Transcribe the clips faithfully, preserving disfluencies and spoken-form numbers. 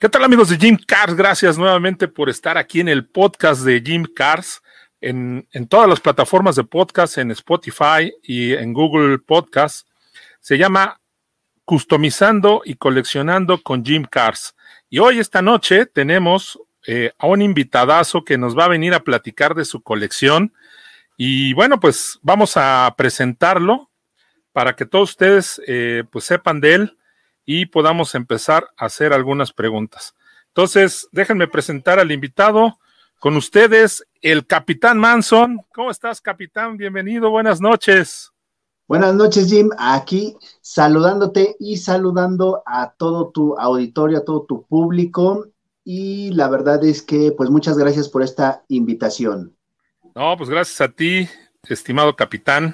¿Qué tal, amigos de Jim Cars? Gracias nuevamente por estar aquí en el podcast de Jim Cars, en, en todas las plataformas de podcast, en Spotify y en Google Podcast. Se llama Customizando y Coleccionando con Jim Cars. Y hoy, esta noche, tenemos eh, a un invitadazo que nos va a venir a platicar de su colección. Y bueno, pues vamos a presentarlo para que todos ustedes eh, pues sepan de él y podamos empezar a hacer algunas preguntas. Entonces, déjenme presentar al invitado. Con ustedes, el Capitán Manson. ¿Cómo estás, Capitán? Bienvenido, buenas noches. Buenas noches, Jim. Aquí saludándote y saludando a todo tu auditorio, a todo tu público. Y la verdad es que, pues, muchas gracias por esta invitación. No, pues gracias a ti, estimado Capitán,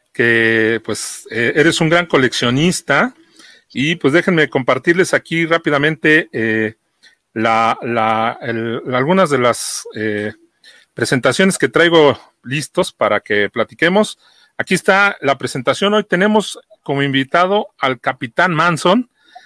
que pues eh, eres un gran coleccionista. Y pues déjenme compartirles aquí rápidamente eh, la, la, el, algunas de las eh, presentaciones que traigo listos para que platiquemos. Aquí está la presentación. Hoy tenemos como invitado al Capitán Manson.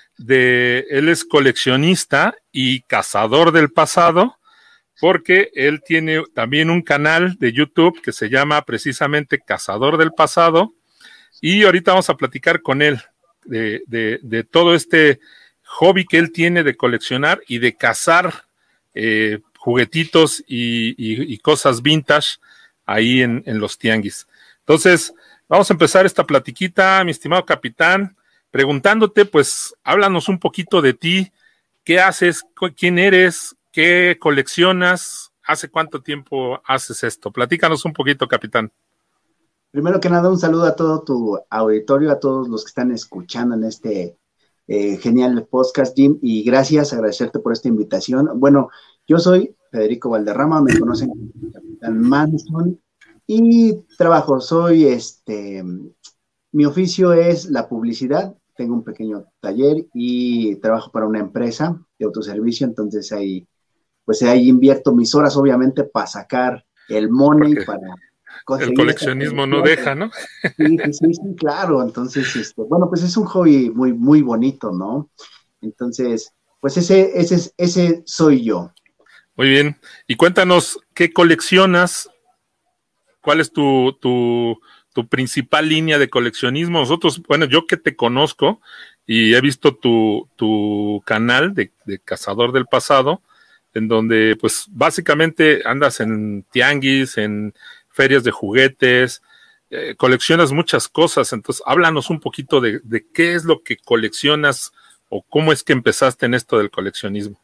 De, él es coleccionista y cazador del pasado, porque él tiene también un canal de YouTube que se llama precisamente Cazador del Pasado. Y ahorita vamos a platicar con él De, de, de todo este hobby que él tiene de coleccionar y de cazar eh, juguetitos y, y, y cosas vintage ahí en, en los tianguis. Entonces, vamos a empezar esta platiquita, mi estimado Capitán, preguntándote, pues, háblanos un poquito de ti, qué haces, quién eres, qué coleccionas, hace cuánto tiempo haces esto. Platícanos un poquito, Capitán. Primero que nada, un saludo a todo tu auditorio, a todos los que están escuchando en este eh, genial podcast, Jim, y gracias, agradecerte por esta invitación. Bueno, yo soy Federico Valderrama, me conocen como Capitán Manson, y trabajo, soy este, mi oficio es la publicidad, tengo un pequeño taller y trabajo para una empresa de autoservicio, entonces ahí, pues ahí invierto mis horas, obviamente, para sacar el money, Porque para el conseguir esta coleccionismo no colección. deja, ¿no? Sí, sí, sí, sí, claro. Entonces, este, bueno, pues es un hobby muy, muy bonito, ¿no? Entonces, pues ese, ese, ese soy yo. Muy bien. Y cuéntanos, ¿qué coleccionas? ¿Cuál es tu, tu, tu principal línea de coleccionismo? Nosotros, bueno, yo que te conozco y he visto tu, tu canal de, de Cazador del Pasado, en donde pues básicamente andas en tianguis, en ferias de juguetes, eh, coleccionas muchas cosas. Entonces, háblanos un poquito de, de qué es lo que coleccionas o cómo es que empezaste en esto del coleccionismo.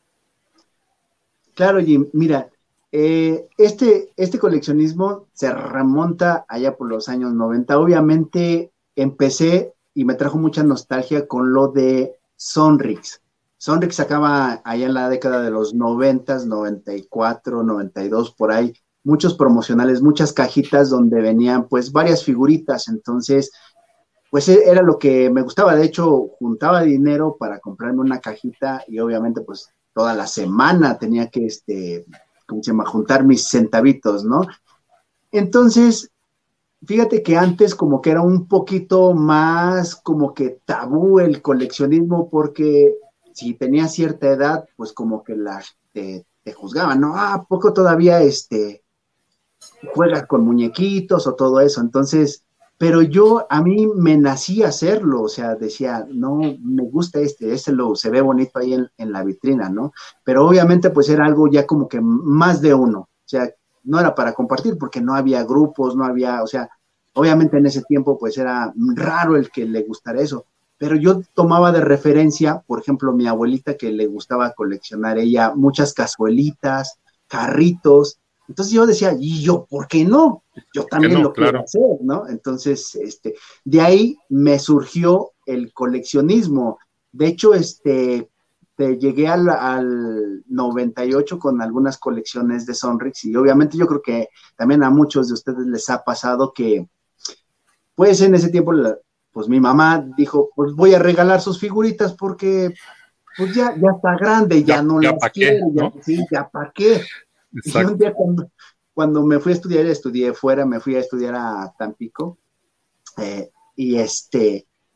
Claro, Jim, mira, eh, este, este coleccionismo se remonta allá por los años noventa. Obviamente empecé y me trajo mucha nostalgia con lo de Sonrix. Sonrix sacaba allá en la década de los noventas, noventa y cuatro, noventa y dos, por ahí, muchos promocionales, muchas cajitas donde venían pues varias figuritas. Entonces, pues era lo que me gustaba. De hecho, juntaba dinero para comprarme una cajita y obviamente pues toda la semana tenía que, este, ¿cómo se llama?, juntar mis centavitos, ¿no? Entonces, fíjate que antes como que era un poquito más como que tabú el coleccionismo, porque si tenías cierta edad, pues como que la, te, te juzgaban, ¿no? Ah, ¿a poco todavía este, juegas con muñequitos o todo eso? Entonces, pero yo, a mí me nacía hacerlo, o sea, decía, no, me gusta este, este lo, se ve bonito ahí en, en la vitrina, ¿no? Pero obviamente pues era algo ya como que más de uno, o sea, no era para compartir porque no había grupos, no había, o sea, obviamente en ese tiempo pues era raro el que le gustara eso, pero yo tomaba de referencia, por ejemplo, mi abuelita, que le gustaba coleccionar ella muchas cazuelitas, carritos. Entonces yo decía, ¿y yo por qué no? Yo Que también no, lo quiero claro. hacer, ¿no? Entonces, este, de ahí me surgió el coleccionismo. De hecho, este, te llegué al, al noventa y ocho con algunas colecciones de Sonrix, y obviamente yo creo que también a muchos de ustedes les ha pasado que, pues en ese tiempo, la, pues mi mamá dijo, pues voy a regalar sus figuritas porque pues ya, ya está grande, ya Ya, no ya las para quiere, qué, ya, ¿no? sí, ya para qué. Y un Exacto. día cuando, cuando me fui a estudiar, estudié fuera, me fui a estudiar a Tampico, eh, y este,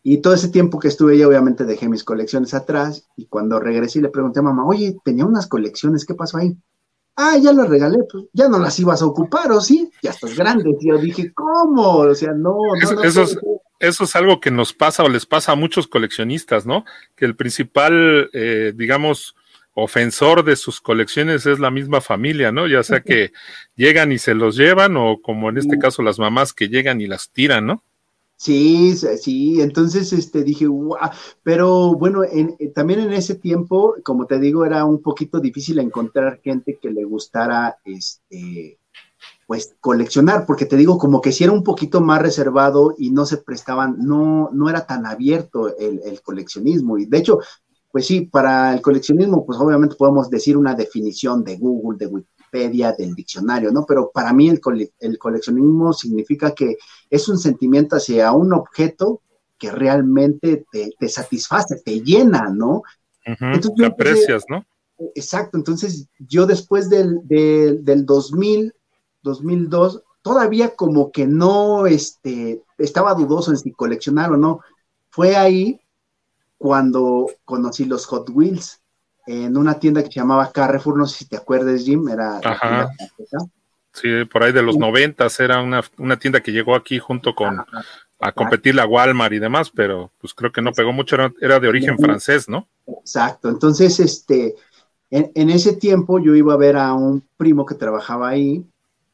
Y todo ese tiempo que estuve allá, obviamente dejé mis colecciones atrás, y cuando regresé le pregunté a mamá, oye, tenía unas colecciones, ¿qué pasó ahí? Ah, ya las regalé, pues ya no las ibas a ocupar, ¿o sí? Ya estás grande. Y yo dije, ¿cómo? O sea, no, no, Eso, no eso puede es, ser. eso es algo que nos pasa o les pasa a muchos coleccionistas, ¿no? Que el principal, eh, digamos, ofensor de sus colecciones es la misma familia, ¿no? Ya sea que llegan y se los llevan o como en este caso las mamás que llegan y las tiran, ¿no? Sí, sí, sí, entonces este, dije, guau, pero bueno, en- eh, también en ese tiempo, como te digo, era un poquito difícil encontrar gente que le gustara, este, pues coleccionar, porque te digo, como que si era un poquito más reservado y no se prestaban, no, no era tan abierto el, el coleccionismo. Y de hecho, pues sí, para el coleccionismo, pues obviamente podemos decir una definición de Google, de Wikipedia, del diccionario, ¿no? Pero para mí el, cole, el coleccionismo significa que es un sentimiento hacia un objeto que realmente te, te satisface, te llena, ¿no? Uh-huh, Entonces te yo empecé, aprecias, ¿no? exacto, entonces yo después del, del, del dos mil, dos mil dos, todavía como que no, este, estaba dudoso en si coleccionar o no. Fue ahí cuando conocí los Hot Wheels en una tienda que se llamaba Carrefour, no sé si te acuerdas, Jim, era la tienda Ajá. francesa. Sí, por ahí de los noventas era una, una tienda que llegó aquí junto con Ajá, a exacto, competir la Walmart y demás, pero pues creo que no pegó mucho, era, era de origen francés, ¿no? exacto. Entonces, este, en, en ese tiempo yo iba a ver a un primo que trabajaba ahí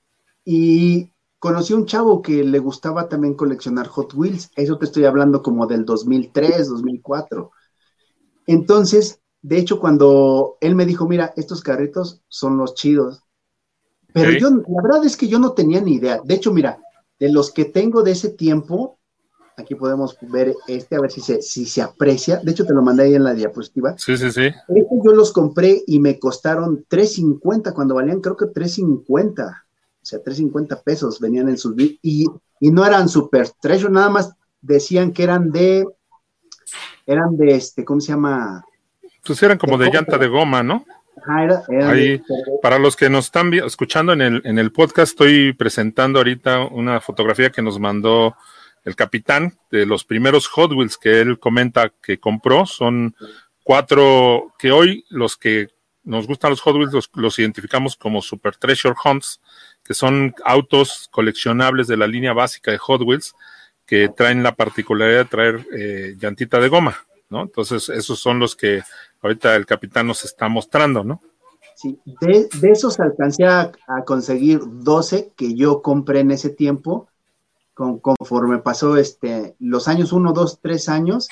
y conocí a un chavo que le gustaba también coleccionar Hot Wheels. Eso te estoy hablando como del dos mil tres, dos mil cuatro. Entonces, de hecho, cuando él me dijo, mira, estos carritos son los chidos, pero Okay. yo, la verdad es que yo no tenía ni idea. De hecho, mira, de los que tengo de ese tiempo, aquí podemos ver este, a ver si se, si se aprecia. De hecho, te lo mandé ahí en la diapositiva. Sí, sí, sí. Este yo los compré y me costaron tres cincuenta cuando valían creo que tres cincuenta. O sea, tres cincuenta pesos venían en sus y, y no eran super treasure, nada más decían que eran de, eran de este, ¿cómo se llama? Pues eran como De de llanta cofre. de goma, ¿no? Ajá, era, eran de, Ahí, para los que nos están vi- escuchando en el, en el podcast, estoy presentando ahorita una fotografía que nos mandó el capitán de los primeros Hot Wheels que él comenta que compró. Son cuatro que hoy los que nos gustan los Hot Wheels los, los identificamos como Super Treasure Hunts, que son autos coleccionables de la línea básica de Hot Wheels que traen la particularidad de traer eh, llantita de goma, ¿no? Entonces, esos son los que ahorita el capitán nos está mostrando, ¿no? sí, de, de esos alcancé a, a conseguir doce que yo compré en ese tiempo, con, conforme pasó este, los años, uno, dos, tres años,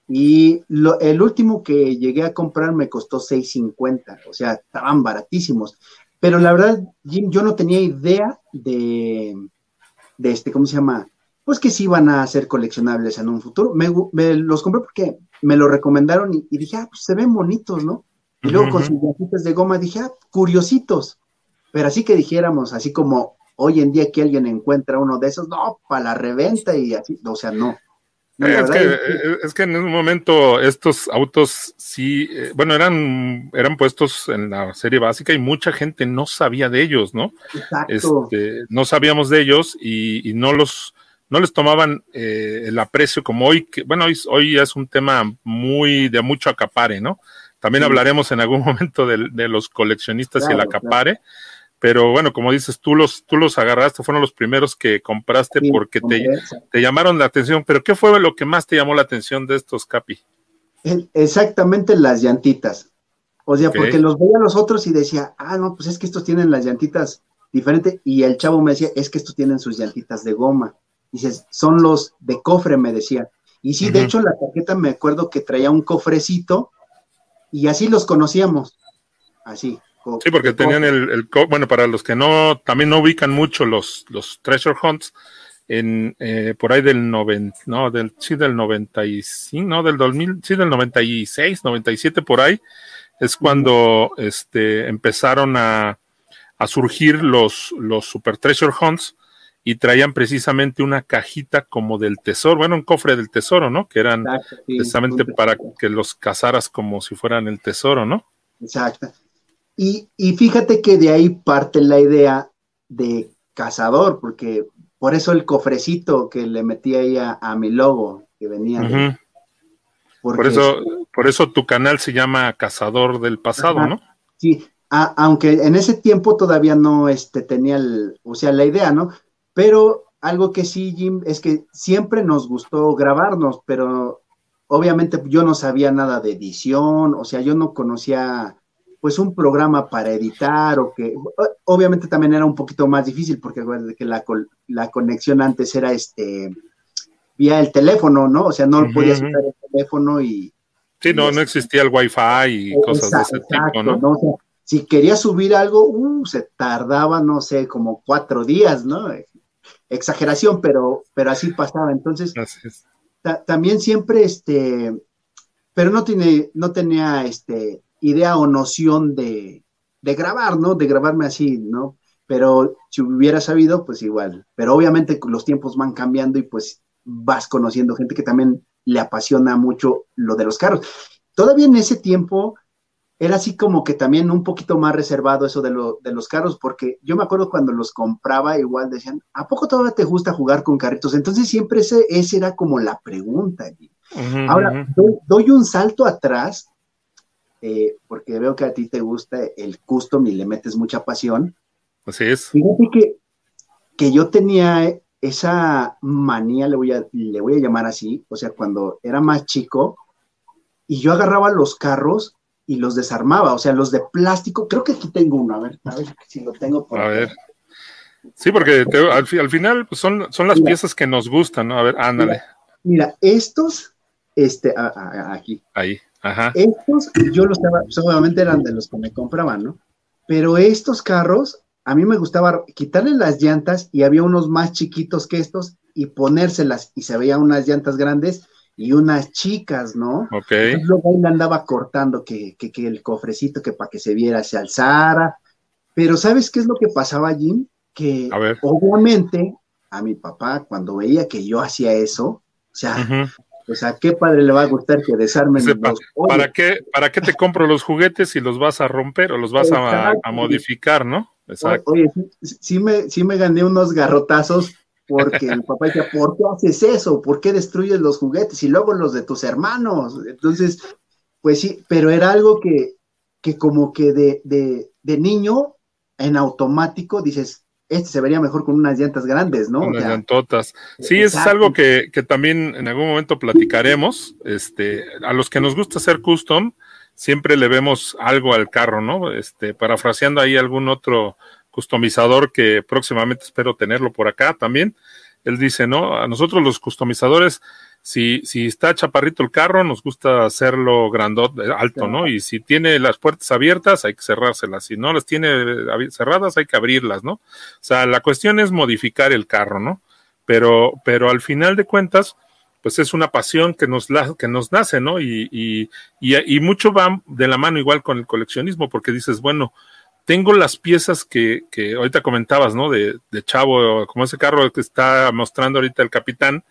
y lo, el último que llegué a comprar me costó seis cincuenta, o sea, estaban baratísimos. Pero la verdad, Jim, yo no tenía idea de, de este, ¿cómo se llama? Pues que sí iban a ser coleccionables en un futuro. Me, me los compré porque me lo recomendaron y, y dije, ah, pues se ven bonitos, ¿no? Y Uh-huh, luego con uh-huh. sus llantitas de goma dije, ah, curiositos. Pero así que dijéramos, así como hoy en día que alguien encuentra uno de esos, no, para la reventa y así, o sea, no. No, la Es verdad es que, que, es que en un momento estos autos sí, eh, bueno, eran, eran puestos en la serie básica y mucha gente no sabía de ellos, ¿no? exacto, Este, no sabíamos de ellos y, y no los, no les tomaban eh, el aprecio como hoy, que, bueno, hoy, hoy es un tema muy, de mucho acapare, ¿no? También sí, hablaremos en algún momento de, de los coleccionistas y el claro, claro. acapare, pero bueno, como dices, tú los, tú los agarraste, fueron los primeros que compraste Sí, porque te, compré, te llamaron la atención. Pero ¿qué fue lo que más te llamó la atención de estos, Capi? exactamente las llantitas. O sea, Ok. porque los veía a los otros y decía, ah, no, pues es que estos tienen las llantitas diferentes. Y el chavo me decía, es que estos tienen sus llantitas de goma. Dices, son los de cofre, me decía. Y sí, de Uh-huh. hecho, la tarjeta me acuerdo que traía un cofrecito y así los conocíamos. Así, co- Sí, porque de tenían cofre. el, el, bueno, para los que no, también no ubican mucho los, los treasure hunts, en, eh, por ahí del noventa, no, del, sí, del noventa y cinco, no, del dos mil, sí, del noventa y seis, noventa y siete, por ahí, es Ujú. cuando, este, empezaron a, a surgir los, los Super Treasure Hunts y traían precisamente una cajita como del tesoro, bueno, un cofre del tesoro, ¿no? Que eran Exacto, sí, precisamente un para tesoro. que los cazaras como si fueran el tesoro, ¿no? Exacto. Y, y fíjate que de ahí parte la idea de cazador, porque por eso el cofrecito que le metí ahí a, a mi logo, que venía uh-huh. de... Por eso, por eso tu canal se llama Cazador del Pasado, ajá, ¿no? Sí, a, aunque en ese tiempo todavía no este, tenía el, o sea, la idea, ¿no? Pero algo que sí, Jim, es que siempre nos gustó grabarnos, pero obviamente yo no sabía nada de edición, o sea, yo no conocía pues un programa para editar, o que obviamente también era un poquito más difícil, porque que la, la conexión antes era este vía el teléfono, ¿no? O sea, no uh-huh. podías usar el teléfono y... Sí, y no, este, no existía el Wi-Fi y cosas exacto, de ese tipo, ¿no? ¿no? O sea, si querías subir algo, uh, se tardaba, no sé, como cuatro días, ¿no? Exageración, pero, pero así pasaba. Entonces, así es. ta- también siempre, este, pero no tiene, no tenía, este, idea o noción de, de grabar, ¿no? De grabarme así, ¿no? Pero si hubiera sabido, pues igual. Pero obviamente los tiempos van cambiando y pues vas conociendo gente que también le apasiona mucho lo de los carros. Todavía en ese tiempo era así como que también un poquito más reservado eso de, lo, de los carros, porque yo me acuerdo cuando los compraba, igual decían, ¿a poco todavía te gusta jugar con carritos? Entonces siempre ese, ese era como la pregunta. Uh-huh, Ahora, uh-huh. doy, doy un salto atrás, eh, porque veo que a ti te gusta el custom y le metes mucha pasión. Así es. Fíjate que, que yo tenía esa manía, le voy, a, le voy a llamar así, o sea, cuando era más chico, y yo agarraba los carros y los desarmaba, o sea, los de plástico, creo que aquí tengo uno, a ver, a ver si lo tengo por A acá. ver. Sí, porque te, al, al final pues son, son las mira, piezas que nos gustan, ¿no? A ver, ándale. Mira, mira estos, este, a, a, aquí. Ahí, ajá. Estos, yo los estaba, obviamente eran de los que me compraban, ¿no? Pero estos carros, a mí me gustaba quitarle las llantas y había unos más chiquitos que estos y ponérselas y se veían unas llantas grandes y unas chicas, ¿no? Ok. Entonces luego ahí le andaba cortando que, que, que el cofrecito que para que se viera se alzara. Pero ¿sabes qué es lo que pasaba, Jim? Que a ver. obviamente a mi papá cuando veía que yo hacía eso, o sea, uh-huh. o sea, ¿qué padre le va a gustar que desarmen Sepa, los ¿para qué, ¿Para qué te compro los juguetes si los vas a romper o los vas a, a modificar, no? Exacto. Oye, sí, sí, me, sí me gané unos garrotazos porque mi papá decía, ¿por qué haces eso? ¿Por qué destruyes los juguetes? Y luego los de tus hermanos. Entonces, pues sí, pero era algo que, que como que de, de, de niño, en automático, dices, este se vería mejor con unas llantas grandes, ¿no? Unas o sea, llantotas. Sí, eso es algo que, que también en algún momento platicaremos. Este, a los que nos gusta hacer custom, siempre le vemos algo al carro, ¿no? Este, parafraseando ahí algún otro customizador que próximamente espero tenerlo por acá también. Él dice, ¿no? A nosotros los customizadores, si, si está chaparrito el carro, nos gusta hacerlo grandote, alto, ¿no? Y si tiene las puertas abiertas, hay que cerrárselas. Si no las tiene cerradas, hay que abrirlas, ¿no? O sea, la cuestión es modificar el carro, ¿no? Pero, pero al final de cuentas, pues es una pasión que nos, la, que nos nace, ¿no? Y, y, y, y mucho va de la mano igual con el coleccionismo, porque dices, bueno, tengo las piezas que, que ahorita comentabas, ¿no? De, de chavo, como ese carro que está mostrando ahorita el capitán.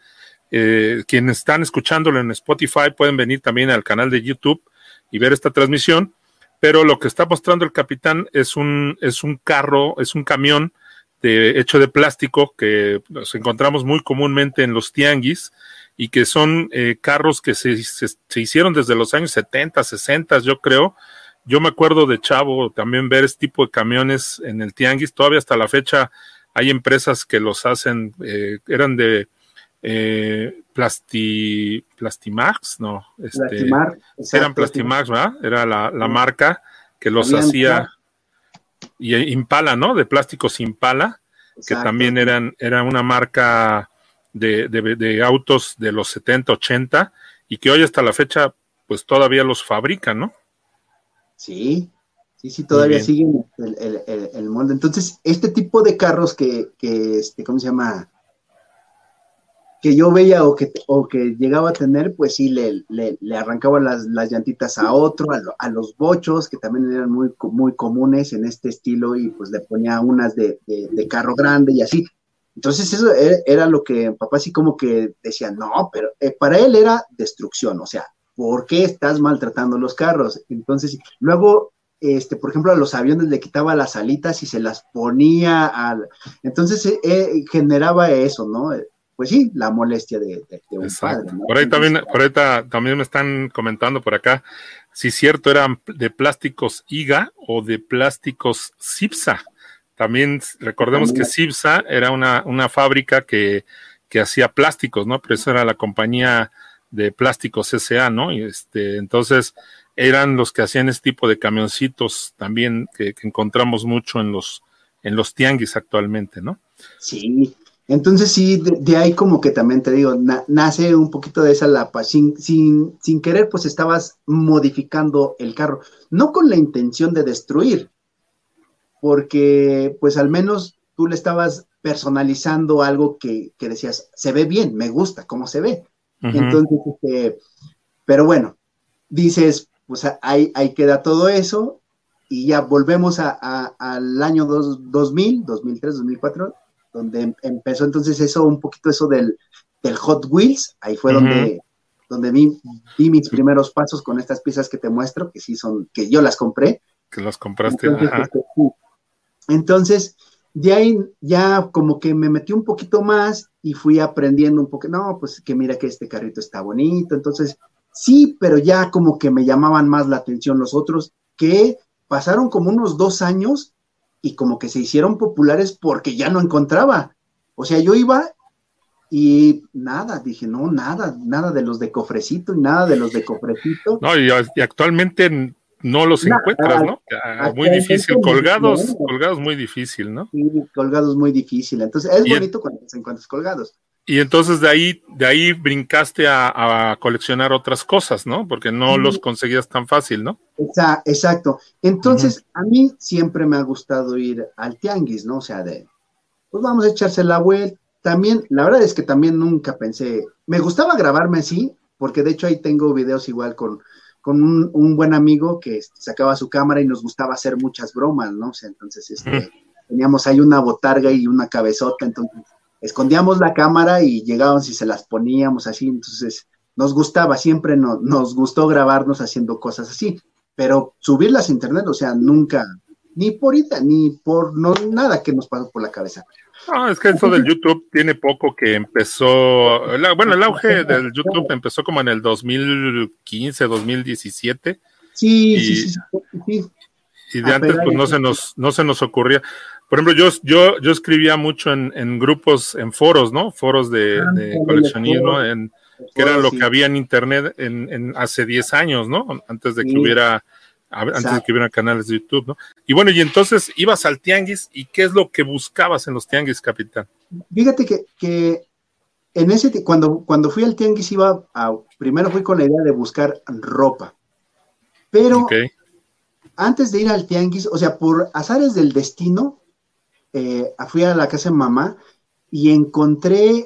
Eh, quienes están escuchándolo en Spotify pueden venir también al canal de YouTube y ver esta transmisión, pero lo que está mostrando el capitán es un, es un carro, es un camión de, hecho de plástico que nos encontramos muy comúnmente en los tianguis y que son eh, carros que se, se, se hicieron desde los años setenta, sesenta, yo creo. Yo me acuerdo de chavo también ver este tipo de camiones en el tianguis. Todavía hasta la fecha hay empresas que los hacen, eh, eran de eh, Plasti, Plastimax, no, este, Plastimar, exacto, eran Plastimax, ¿verdad? Era la, la marca que los Habían hacía, y Impala, ¿no? De plásticos Impala, exacto, que también eran, era una marca de, de, de autos de los setenta, ochenta, y que hoy hasta la fecha, pues todavía los fabrican, ¿no? Sí, sí, sí, todavía siguen el, el, el, el molde. Entonces, este tipo de carros que, que este, ¿cómo se llama? Que yo veía o que, o que llegaba a tener, pues sí, le, le, le arrancaba las, las llantitas a otro, a, lo, a los bochos, que también eran muy, muy comunes en este estilo, y pues le ponía unas de, de, de carro grande y así. Entonces eso era, era lo que papá así como que decía, no, pero eh, para él era destrucción, o sea, ¿por qué estás maltratando los carros? Entonces, luego, este, por ejemplo, a los aviones le quitaba las alitas y se las ponía al... Entonces, eh, generaba eso, ¿no? pues sí, la molestia de, de, de un Exacto. padre, ¿no? Por ahí Entonces, también, por ahí ta, también me están comentando por acá, si es cierto, eran de plásticos I G A o de plásticos Cipsa. También recordemos que Cipsa era una, una fábrica que, que hacía plásticos, ¿no? Pero eso era la compañía de plásticos S A, ¿no? Y este, entonces eran los que hacían este tipo de camioncitos también que, que encontramos mucho en los, en los tianguis actualmente, ¿no? sí, entonces sí, de, de ahí como que también te digo, na, nace un poquito de esa lapa, sin, sin, sin querer pues estabas modificando el carro, no con la intención de destruir, porque pues al menos tú le estabas personalizando algo que, que decías, se ve bien, me gusta cómo se ve. Uh-huh. Entonces, este, pero bueno, dices, pues ahí, ahí queda todo eso y ya volvemos a, a, al año dos, dos mil, dos mil tres, dos mil cuatro, donde empezó entonces eso, un poquito eso del, del Hot Wheels, ahí fue uh-huh. donde, donde vi, vi mis primeros pasos con estas piezas que te muestro, que sí son, que yo las compré. Que las compraste, entonces, ajá. Este, sí. Entonces, de ahí ya como que me metí un poquito más y fui aprendiendo un poco, no, pues que mira que este carrito está bonito, entonces sí, pero ya como que me llamaban más la atención los otros, que pasaron como unos dos años y como que se hicieron populares porque ya no encontraba, o sea, yo iba y nada, dije, no, nada, nada de los de cofrecito y nada de los de cofrecito. No, y, y actualmente no los nada, encuentras, ¿no? Muy difícil, colgados, no. colgados muy difícil, ¿no? Sí, colgados muy difícil, entonces es bonito en, cuando te encuentras colgados. Y entonces de ahí, de ahí brincaste a, a coleccionar otras cosas, ¿no? Porque no sí. los conseguías tan fácil, ¿no? Exacto. Entonces, uh-huh. a mí siempre me ha gustado ir al tianguis, ¿no? O sea, de, pues vamos a echarse la vuelta. También, la verdad es que también nunca pensé, me gustaba grabarme así, porque de hecho ahí tengo videos igual con, con un, un buen amigo que sacaba su cámara y nos gustaba hacer muchas bromas, ¿no? O sea, entonces, este, uh-huh. teníamos ahí una botarga y una cabezota, entonces escondíamos la cámara y llegábamos y se las poníamos así, entonces nos gustaba, siempre no, nos gustó grabarnos haciendo cosas así, pero subirlas a internet, o sea, nunca, ni por ida, ni por no, nada que nos pasó por la cabeza. No, es que eso del YouTube tiene poco que empezó, la, bueno, el auge del YouTube empezó como en el dos mil quince, dos mil diecisiete. Sí, y, sí, sí, sí. Y de antes pues no se nos, no se nos ocurría. Por ejemplo, yo, yo, yo escribía mucho en, en grupos, en foros, ¿no? Foros de, ah, de coleccionismo, en, que era lo sí. que había en internet en, en hace diez años, ¿no? Antes de que sí. hubiera, antes Exacto. de que hubiera canales de YouTube, ¿no? Y bueno, y entonces ibas al tianguis, ¿y qué es lo que buscabas en los tianguis, capitán? Fíjate que, que en ese, cuando, cuando fui al tianguis iba a, primero fui con la idea de buscar ropa, pero okay. antes de ir al tianguis, o sea, por azares del destino, Eh, fui a la casa de mamá y encontré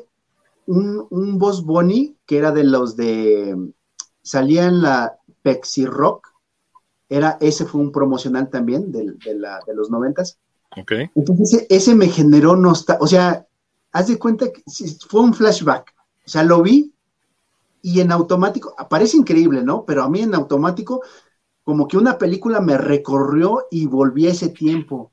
un, un Boss Bunny que era de los de, salía en la Pepsi Rock, era, ese fue un promocional también de, de, la, de los noventas. Okay. Entonces ese, ese me generó nostalgia, o sea, haz de cuenta que fue un flashback, o sea, lo vi y en automático, parece increíble, ¿no? Pero a mí en automático, como que una película me recorrió y volví a ese tiempo.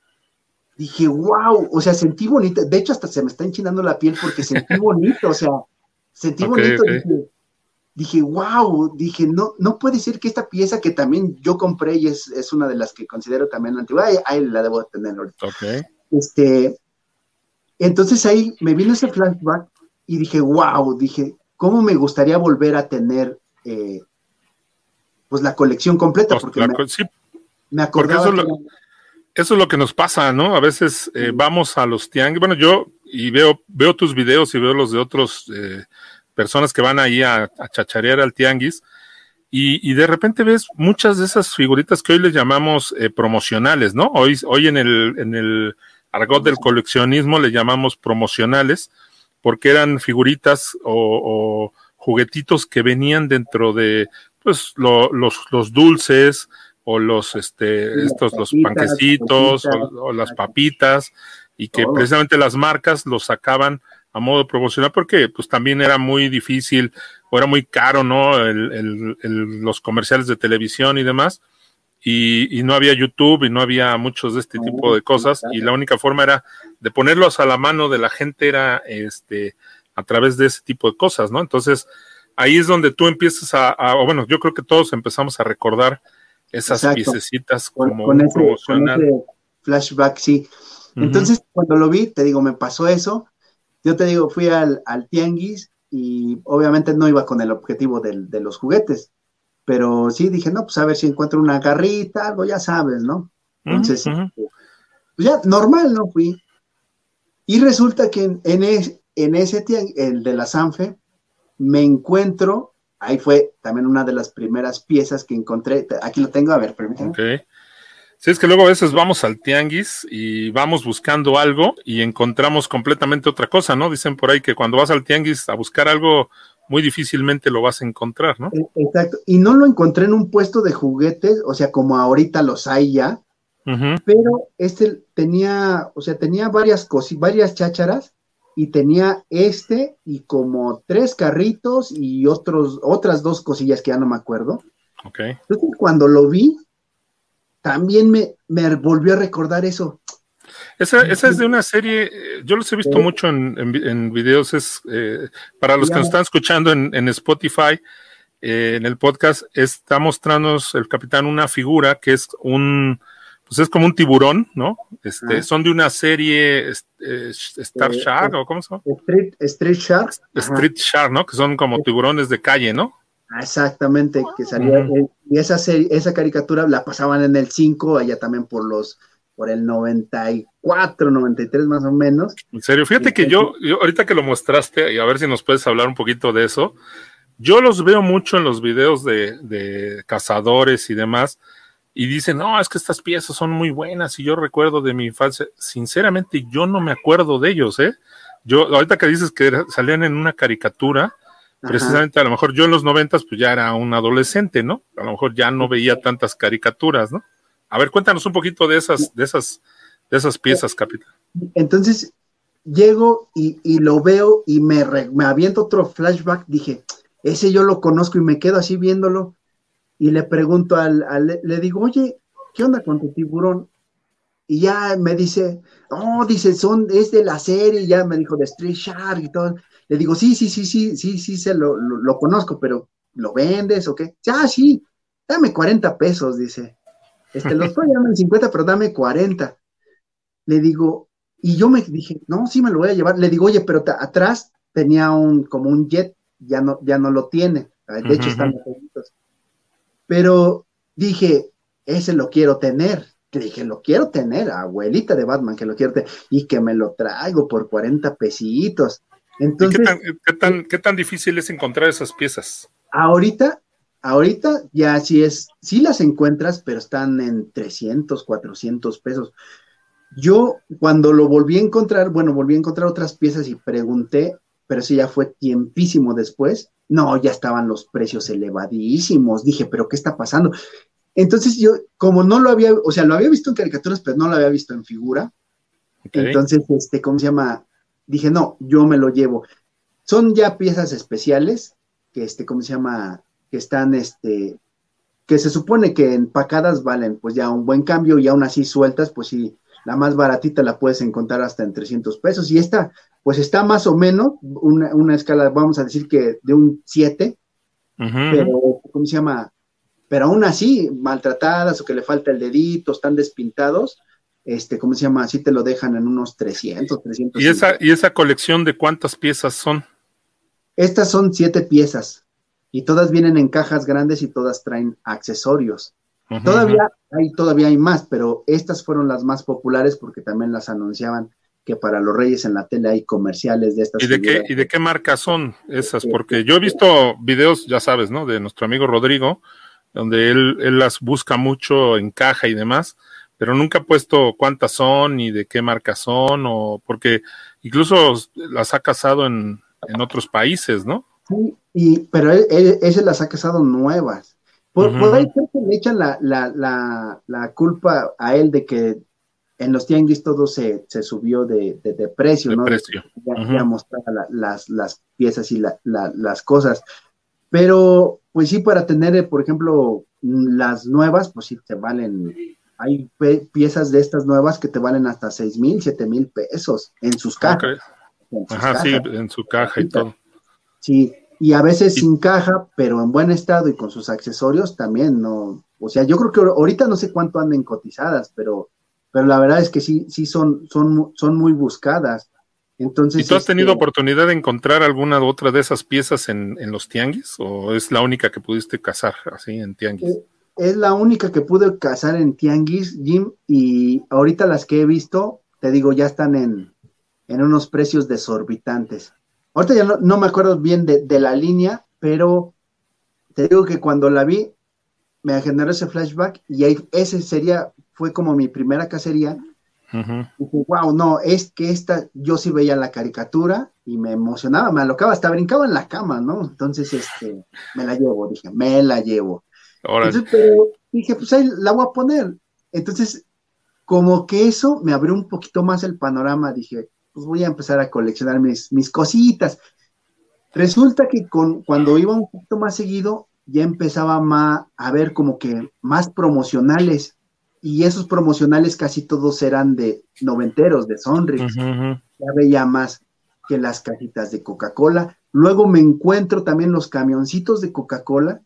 Dije, wow, o sea, sentí bonito, de hecho hasta se me está enchinando la piel porque sentí bonito, o sea, sentí okay, bonito, okay. Dije, dije, wow, dije, no, no puede ser que esta pieza que también yo compré y es, es una de las que considero también antigua, ahí, ahí la debo tener ahorita. Okay. Este, entonces ahí me vino ese flashback y dije, wow, dije, ¿cómo me gustaría volver a tener, eh, pues la colección completa? Pues, porque la, me, sí, me acordaba porque eso lo... Eso es lo que nos pasa, ¿no? A veces eh, vamos a los tianguis. Bueno, yo y veo veo tus videos y veo los de otros eh, personas que van ahí a, a chacharear al tianguis y, y de repente ves muchas de esas figuritas que hoy les llamamos eh, promocionales, ¿no? Hoy hoy en el en el argot del coleccionismo le llamamos promocionales porque eran figuritas o, o juguetitos que venían dentro de pues lo, los los dulces o los este estos papitas, los panquecitos papitas, o, o las papitas y que todo. Precisamente las marcas los sacaban a modo promocional porque pues también era muy difícil o era muy caro, ¿no? El, el, el, los comerciales de televisión y demás y, y no había YouTube y no había muchos de este tipo de cosas y la única forma era de ponerlos a la mano de la gente era este a través de ese tipo de cosas, ¿no? Entonces, ahí es donde tú empiezas a, a o bueno, yo creo que todos empezamos a recordar esas Exacto. piececitas Con, como con un ese, promocional. con ese flashback, sí. Uh-huh. Entonces, cuando lo vi, te digo, me pasó eso. Yo te digo, fui al, al tianguis y obviamente no iba con el objetivo del, de los juguetes, pero sí dije, no, pues a ver si encuentro una garrita, algo, ya sabes, ¿no? Entonces, uh-huh. pues ya, normal, ¿no? Fui. Y resulta que en, en, es, en ese tianguis, el de la Sanfe, me encuentro, ahí fue también una de las primeras piezas que encontré, aquí lo tengo, a ver, permítame. Ok. Sí, es que luego a veces vamos al tianguis y vamos buscando algo y encontramos completamente otra cosa, ¿no? Dicen por ahí que cuando vas al tianguis a buscar algo, muy difícilmente lo vas a encontrar, ¿no? Exacto, y no lo encontré en un puesto de juguetes, o sea, como ahorita los hay ya, uh-huh. pero este tenía, o sea, tenía varias cosas, varias chácharas, y tenía este y como tres carritos y otros, otras dos cosillas que ya no me acuerdo. Ok. Entonces, cuando lo vi, también me, me volvió a recordar eso. Esa, esa es de una serie, yo los he visto ¿Eh? mucho en, en, en videos, es eh, para los que nos están escuchando en, en Spotify, eh, en el podcast, está mostrándonos el capitán una figura que es un, pues es como un tiburón, ¿no? Este, ah. Son de una serie eh, Star eh, Shark, eh, ¿o cómo se llama? Street, Street Shark. Street Ajá. Shark, ¿no? Que son como tiburones de calle, ¿no? Exactamente, que salía, uh-huh. y esa serie, esa caricatura la pasaban en el cinco, allá también por los, por el noventa y cuatro, noventa y tres más o menos. En serio, fíjate y que yo, yo, ahorita que lo mostraste, y a ver si nos puedes hablar un poquito de eso, yo los veo mucho en los videos de, de cazadores y demás, y dicen, no, es que estas piezas son muy buenas, y yo recuerdo de mi infancia, sinceramente yo no me acuerdo de ellos, ¿eh? Yo, ahorita que dices que salían en una caricatura, precisamente, ajá, a lo mejor yo en los noventas pues ya era un adolescente, ¿no? A lo mejor ya no veía tantas caricaturas, ¿no? A ver, cuéntanos un poquito de esas, de esas, de esas piezas, capitán. Entonces, llego y, y lo veo y me, re, me aviento otro flashback, dije, ese yo lo conozco y me quedo así viéndolo y le pregunto al, al le digo, oye, ¿qué onda con tu tiburón? Y ya me dice, oh, dice, son, es de la serie, ya me dijo de Street Shark y todo. Le digo, sí, sí, sí, sí, sí, sí, se lo, lo, lo conozco, pero ¿lo vendes o qué? Ah, sí, dame cuarenta pesos, dice. Este, los puedo llamar en cincuenta, pero dame cuarenta. Le digo, y yo me dije, no, sí me lo voy a llevar. Le digo, oye, pero te, atrás tenía un, como un jet, ya no, ya no lo tiene. De uh-huh. hecho, están los jueguitos. Pero dije, ese lo quiero tener. Le dije, lo quiero tener, abuelita de Batman, que lo quiero tener, y que me lo traigo por cuarenta pesitos. Entonces, ¿Y qué tan, qué tan, qué tan difícil es encontrar esas piezas? Ahorita, ahorita ya sí es, sí las encuentras, pero están en trescientos, cuatrocientos pesos. Yo cuando lo volví a encontrar, bueno, volví a encontrar otras piezas y pregunté, pero eso ya fue tiempísimo después. No, ya estaban los precios elevadísimos. Dije, ¿pero qué está pasando? Entonces yo, como no lo había, o sea, lo había visto en caricaturas, pero no lo había visto en figura. Okay. Entonces, este, ¿cómo se llama? Dije, no, yo me lo llevo. Son ya piezas especiales, que este, ¿cómo se llama? Que están, este, que se supone que empacadas valen, pues ya un buen cambio, y aún así sueltas, pues sí, la más baratita la puedes encontrar hasta en trescientos pesos, y esta, pues está más o menos, una, una escala, vamos a decir que de un siete, uh-huh. pero, ¿cómo se llama? Pero aún así, maltratadas o que le falta el dedito, están despintados, este, ¿cómo se llama? Así te lo dejan en unos trescientos, trescientos. ¿Y esa, ¿Y esa colección de cuántas piezas son? Estas son siete piezas, y todas vienen en cajas grandes y todas traen accesorios. Uh-huh. Todavía hay, todavía hay más, pero estas fueron las más populares porque también las anunciaban que para los Reyes en la tele hay comerciales de estas. ¿Y de qué, ¿y de qué marca son esas? Porque yo he visto videos, ya sabes, ¿no? De nuestro amigo Rodrigo, donde él, él las busca mucho en caja y demás, pero nunca ha puesto cuántas son y de qué marca son, o porque incluso las ha cazado en, en otros países, ¿no? Sí, y, pero él, él, ese las ha cazado nuevas. Por, uh-huh. por ahí creo que le echan la, la, la, la culpa a él de que en los tianguis todo se, se subió de, de, de precio, de ¿no? Precio. Ya, uh-huh. ya mostraba la, las, las piezas y la, la, las cosas. Pero, pues sí, para tener, por ejemplo, las nuevas, pues sí, te valen, hay pe- piezas de estas nuevas que te valen hasta seis mil, siete mil pesos en sus cajas. Okay. en sus Ajá, sí, cajas. en su caja y todo. Sí, y a veces Y, sin caja, pero en buen estado y con sus accesorios también, no, o sea, yo creo que ahorita no sé cuánto anden cotizadas, pero, pero la verdad es que sí, sí son, son, son muy buscadas. ¿Y Entonces, tú has este, tenido oportunidad de encontrar alguna otra de esas piezas en, en los tianguis? ¿O es la única que pudiste cazar así en tianguis? eh, es la única que pude cazar en Tianguis, Jim, y ahorita las que he visto, te digo, ya están en, en unos precios desorbitantes. Ahorita ya no, no me acuerdo bien de, de la línea, pero te digo que cuando la vi, me generó ese flashback y ahí, ese sería, fue como mi primera cacería. Uh-huh. Dije, wow, no, es que esta, yo sí veía la caricatura y me emocionaba, me alocaba, hasta brincaba en la cama, ¿no? Entonces, este, me la llevo, dije, me la llevo. Órale. Entonces, pero dije, pues ahí la voy a poner. Entonces, como que eso me abrió un poquito más el panorama, dije, pues voy a empezar a coleccionar mis, mis cositas. Resulta que con, cuando iba un poquito más seguido, ya empezaba ma- a ver como que más promocionales, y esos promocionales casi todos eran de noventeros, de Sonrix. Uh-huh. Ya veía más que las cajitas de Coca-Cola. Luego me encuentro también los camioncitos de Coca-Cola,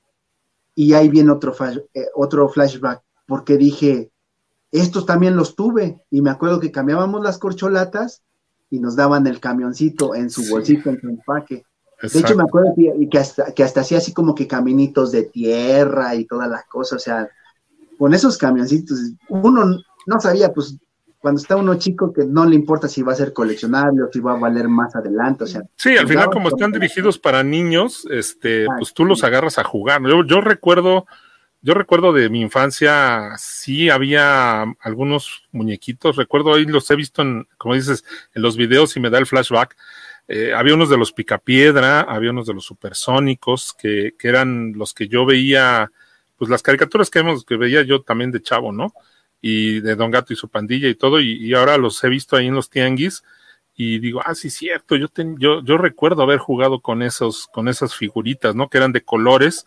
y ahí viene otro, flash, eh, otro flashback, porque dije, estos también los tuve, y me acuerdo que cambiábamos las corcholatas y nos daban el camioncito en su Sí, bolsito, en su empaque. De hecho, me exacto. acuerdo que, que, hasta, que hasta hacía así como que caminitos de tierra y toda la cosa, o sea, con esos camioncitos, uno no sabía, pues, cuando está uno chico que no le importa si va a ser coleccionable o si va a valer más adelante, o sea, Sí, al final jugaba como con están la... dirigidos para niños, este, Ah, pues tú los sí, agarras a jugar. Yo, yo recuerdo, yo recuerdo de mi infancia, sí había algunos muñequitos, recuerdo ahí los he visto en, como dices, en los videos y me da el flashback. Eh, había unos de los Picapiedra, había unos de los Supersónicos, que, que eran los que yo veía, pues las caricaturas que, hemos, que veía yo también de chavo, ¿no? Y de Don Gato y su pandilla y todo, y, y ahora los he visto ahí en los tianguis, y digo, ah, sí, cierto, yo, ten, yo, yo recuerdo haber jugado con esos, con esas figuritas, ¿no? Que eran de colores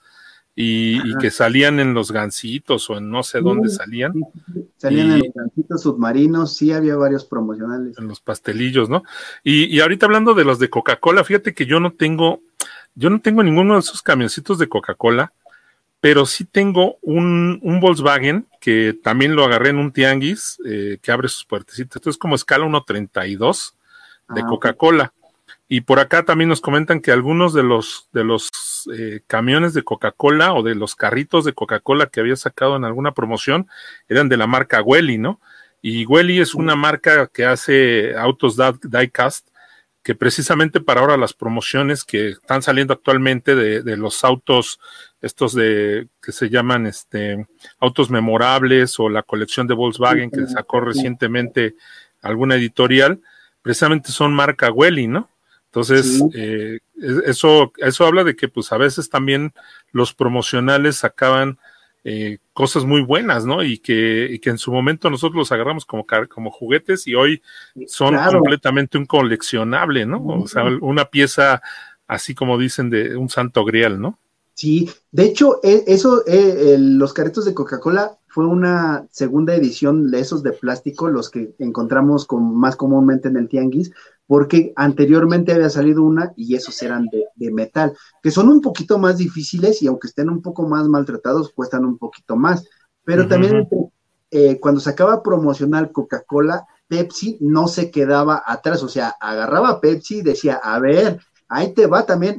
y, y ajá, que salían en los gancitos o en no sé sí, dónde salían, sí, sí, salían en y los gancitos submarinos, sí había varios promocionales. en los pastelillos, ¿no? Y, y ahorita hablando de los de Coca-Cola, fíjate que yo no tengo, yo no tengo ninguno de esos camioncitos de Coca-Cola, pero sí tengo un, un Volkswagen que también lo agarré en un tianguis, eh, que abre sus puertecitas. Esto es como escala uno treinta y dos de Ah, ok. Coca-Cola. Y por acá también nos comentan que algunos de los, de los eh, camiones de Coca-Cola o de los carritos de Coca-Cola que había sacado en alguna promoción eran de la marca Welly, ¿no? Y Welly es una marca que hace autos diecast, que precisamente para ahora las promociones que están saliendo actualmente de, de los autos, estos de que se llaman este autos memorables, o la colección de Volkswagen que sacó recientemente alguna editorial, precisamente son marca Welly, ¿no? Entonces, Sí, eh, eso, eso habla de que pues a veces también los promocionales sacaban eh, cosas muy buenas, ¿no? Y que, y que en su momento nosotros los agarramos como, como juguetes, y hoy son claro. completamente un coleccionable, ¿no? O sea, una pieza así como dicen de un santo grial, ¿no? Sí, de hecho, e- eso, eh, el- los carritos de Coca-Cola fue una segunda edición de esos de plástico, los que encontramos con, más comúnmente en el tianguis, porque anteriormente había salido una y esos eran de, de metal, que son un poquito más difíciles y aunque estén un poco más maltratados, cuestan un poquito más. Pero Uh-huh, también uh-huh. entre- eh, cuando sacaba promocional Coca-Cola, Pepsi no se quedaba atrás, o sea, agarraba Pepsi y decía, a ver, ahí te va también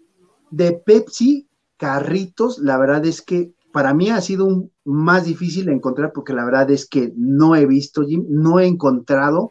de Pepsi, carritos, la verdad es que para mí ha sido un, más difícil encontrar porque la verdad es que no he visto, Jim, no he encontrado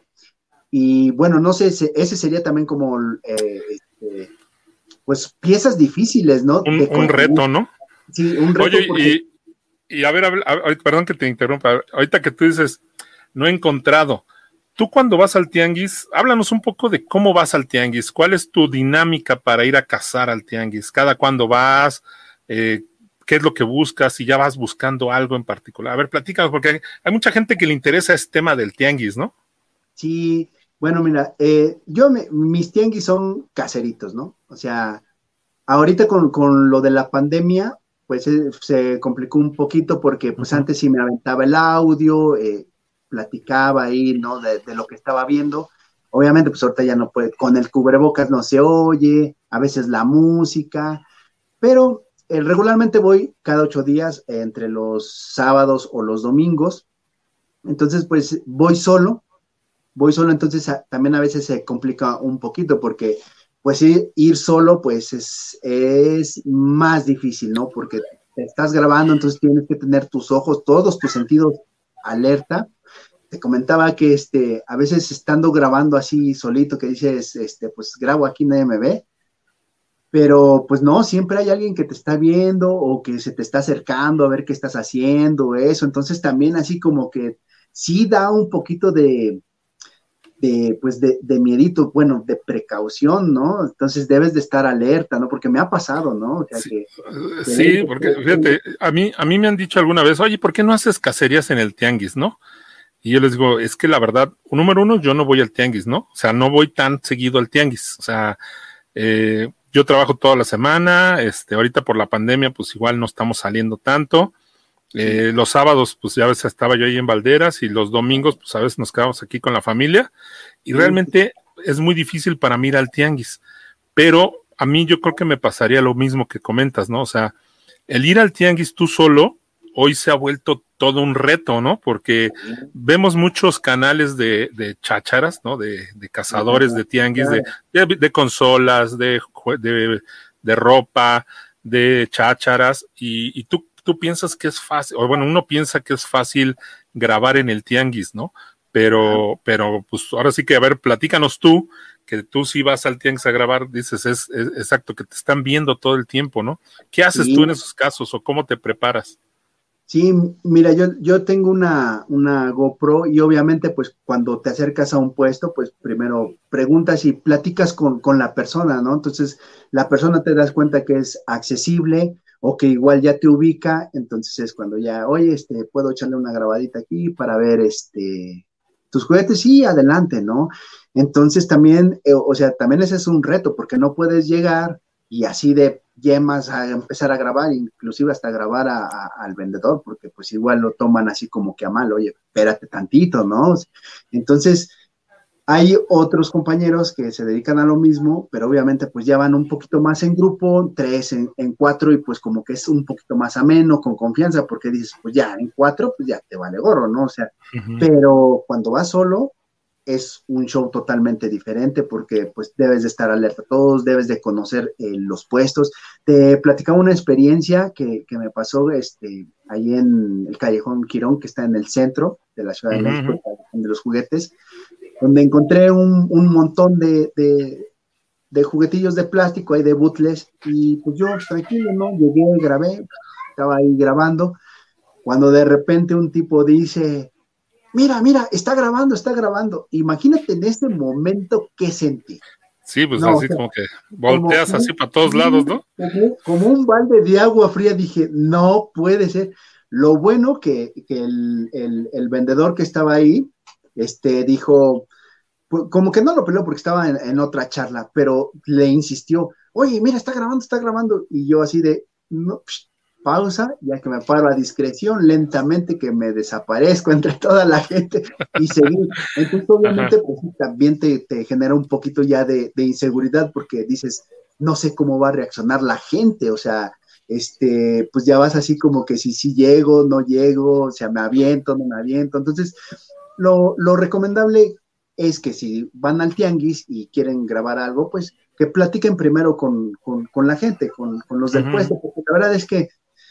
y bueno, no sé, ese, ese sería también como, eh, este, pues piezas difíciles, ¿no? Un, De un conseguir. reto, ¿no? Sí, un Oye, reto porque... y, y a ver, a ver, a ver, perdón que te interrumpa, ahorita que tú dices, no he encontrado, tú cuando vas al tianguis, háblanos un poco de cómo vas al tianguis, cuál es tu dinámica para ir a cazar al tianguis, cada cuándo vas, eh, qué es lo que buscas, si ya vas buscando algo en particular. A ver, platícanos, porque hay, hay mucha gente que le interesa este tema del tianguis, ¿no? Sí, bueno, mira, eh, yo, me, mis tianguis son caseritos, ¿no? O sea, ahorita con, con lo de la pandemia, pues eh, se complicó un poquito porque pues Uh-huh. antes sí me aventaba el audio, eh, platicaba ahí, ¿no? De, de lo que estaba viendo. obviamente pues ahorita ya no puede, con el cubrebocas no se oye, a veces la música, pero eh, regularmente voy cada ocho días eh, entre los sábados o los domingos, entonces pues voy solo, voy solo, entonces a, también a veces se complica un poquito porque pues ir, ir solo pues es, es más difícil, ¿no? Porque te estás grabando, entonces tienes que tener tus ojos, todos tus sentidos alerta. Te comentaba que este, a veces estando grabando así solito, que dices, este, pues grabo aquí, nadie me ve, pero pues no, siempre hay alguien que te está viendo o que se te está acercando a ver qué estás haciendo, eso, entonces también así como que sí da un poquito de, de pues de, de miedito, bueno, de precaución, ¿no? Entonces debes de estar alerta, ¿no? Porque me ha pasado, ¿no? O sea, Sí, que, que sí, porque fíjate, a mí, a mí me han dicho alguna vez, oye, ¿por qué no haces cacerías en el tianguis, no? Y yo les digo, es que la verdad, número uno, yo no voy al tianguis, ¿no? O sea, no voy tan seguido al tianguis. O sea, eh, yo trabajo toda la semana, este, ahorita por la pandemia, pues igual no estamos saliendo tanto. Eh, los sábados, pues ya a veces estaba yo ahí en Valderas y los domingos, pues a veces nos quedamos aquí con la familia y realmente es muy difícil para mí ir al tianguis. Pero a mí yo creo que me pasaría lo mismo que comentas, ¿no? O sea, el ir al tianguis tú solo, hoy se ha vuelto todo un reto, ¿no? Porque vemos muchos canales de, de chácharas, ¿no? De, de cazadores de tianguis, de, de, de consolas, de, de, de ropa, de chácharas, y, y tú, tú piensas que es fácil, o bueno, uno piensa que es fácil grabar en el tianguis, ¿no? Pero, pero pues ahora sí que, a ver, platícanos tú, que tú sí vas al tianguis a grabar, dices, es, es exacto, que te están viendo todo el tiempo, ¿no? ¿Qué haces sí. tú en esos casos o cómo te preparas? Sí, mira, yo, yo tengo una, una GoPro y obviamente pues cuando te acercas a un puesto, pues primero preguntas y platicas con, con la persona, ¿no? Entonces la persona te das cuenta que es accesible o que igual ya te ubica, entonces es cuando ya, oye, este, puedo echarle una grabadita aquí para ver este tus juguetes, sí, adelante, ¿no? Entonces también, eh, o sea, también ese es un reto porque no puedes llegar y así de yemas a empezar a grabar, inclusive hasta grabar a, a, al vendedor, porque pues igual lo toman así como que a mal, oye, espérate tantito, ¿no? Entonces, hay otros compañeros que se dedican a lo mismo, pero obviamente pues ya van un poquito más en grupo, tres, en, en cuatro, y pues como que es un poquito más ameno, con confianza, porque dices, pues ya, en cuatro, pues ya te vale gorro, ¿no? O sea, uh-huh. Pero cuando vas solo, es un show totalmente diferente porque pues debes de estar alerta a todos, debes de conocer eh, los puestos. Te platicaba una experiencia que, que me pasó este, ahí en el Callejón Quirón, que está en el centro de la Ciudad de uh-huh. México, el Callejón de los Juguetes, donde encontré un, un montón de, de, de juguetillos de plástico ahí de bootles y pues yo tranquilo, ¿no? Llegué, grabé, estaba ahí grabando, cuando de repente un tipo dice... Mira, mira, está grabando, está grabando. Imagínate en ese momento qué sentí. Sí, pues no, así o sea, como que volteas como, así para todos lados, ¿no? Como, como un balde de agua fría, dije, no puede ser. Lo bueno que, que el, el, el vendedor que estaba ahí, este, dijo, pues, como que no lo peló porque estaba en, en otra charla, pero le insistió, oye, mira, está grabando, está grabando. Y yo así de, no, psh, pausa, ya que me paro a discreción, lentamente que me desaparezco entre toda la gente y seguir. Entonces, obviamente, pues, también te, te genera un poquito ya de, de inseguridad porque dices, no sé cómo va a reaccionar la gente, o sea, este, pues ya vas así como que si sí si llego, no llego, o sea, me aviento, no me aviento. Entonces, lo, lo recomendable es que si van al tianguis y quieren grabar algo, pues que platiquen primero con, con, con la gente, con, con los del uh-huh. puesto, porque la verdad es que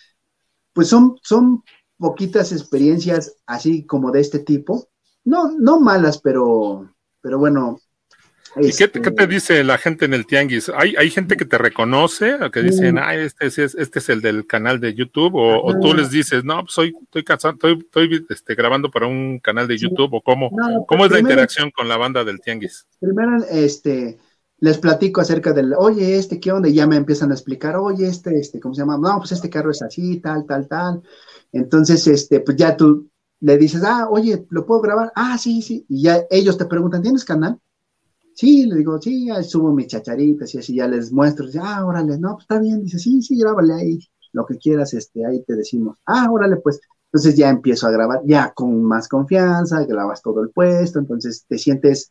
pues son, son poquitas experiencias así como de este tipo, no, no malas, pero, pero bueno. ¿Y este... qué, qué te dice la gente en el tianguis? ¿Hay, hay gente que te reconoce, o que dicen, ah, este es, este es el del canal de YouTube, o, o tú les dices, no, pues soy, estoy, estoy, estoy este, grabando para un canal de YouTube, o cómo, no, ¿cómo es primero, la interacción con la banda del tianguis? Primero, este... les platico acerca del, oye, este, ¿qué onda? Y ya me empiezan a explicar, oye, este, este, ¿cómo se llama? No, pues este carro es así, tal, tal, tal. Entonces, este, pues ya tú le dices, ah, oye, ¿lo puedo grabar? Ah, sí, sí. Y ya ellos te preguntan, ¿tienes canal? Sí, le digo, sí, ya subo mis chacharitas y así ya les muestro. Dice, ah, órale, no, pues está bien. Dice, sí, sí, grábale ahí, lo que quieras, este, ahí te decimos. Ah, órale, pues. Entonces ya empiezo a grabar, ya con más confianza, grabas todo el puesto, entonces te sientes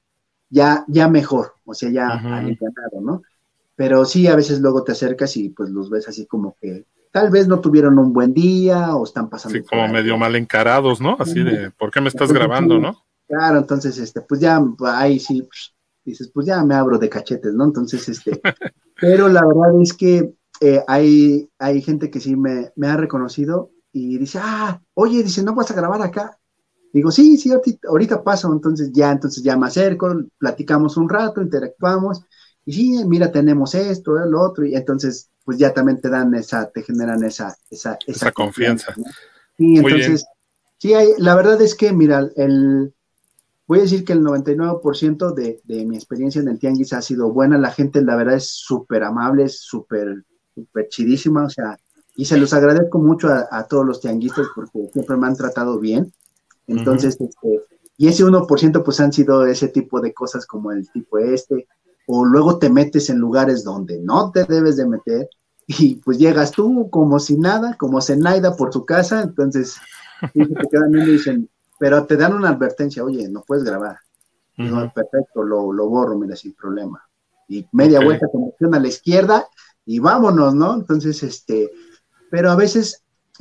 ya, ya mejor, o sea, ya Ujú. alivianado, ¿no? Pero sí, a veces luego te acercas y pues los ves así como que tal vez no tuvieron un buen día o están Sí, pasando por como medio algo. mal encarados, ¿no? Así de, ¿por qué me estás Entonces, grabando, sí, no? claro, entonces, este, pues ya, ahí sí, pues, dices, pues ya me abro de cachetes, ¿no? Entonces, este, pero la verdad es que eh, hay, hay gente que sí me, me ha reconocido y dice, ah, oye, dice, ¿no vas a grabar acá? Digo, sí, sí, ahorita, ahorita paso, entonces ya, entonces ya me acerco, platicamos un rato, interactuamos, y sí, mira, tenemos esto, eh, lo otro, y entonces, pues ya también te dan esa, te generan esa, esa, esa Esa confianza, confianza. ¿no? Y Muy bien. entonces, sí, hay, la verdad es que, mira, el, voy a decir que el noventa y nueve por ciento de, de mi experiencia en el tianguis ha sido buena, la gente, la verdad, es súper amable, es súper, súper chidísima, o sea, y se los agradezco mucho a, a todos los tianguistas porque siempre me han tratado bien. Ujú. Entonces, este, y ese uno por ciento pues han sido ese tipo de cosas como el tipo este, o luego te metes en lugares donde no te debes de meter y pues llegas tú como si nada, como Zenaida por su casa, entonces sí, se te quedan viendo y dicen, pero te dan una advertencia, oye, no puedes grabar. Digo, Ujú. perfecto, lo, lo borro, mira, sin problema. Y media Ok. vuelta con opción a la izquierda y vámonos, ¿no? Entonces, este, pero a veces,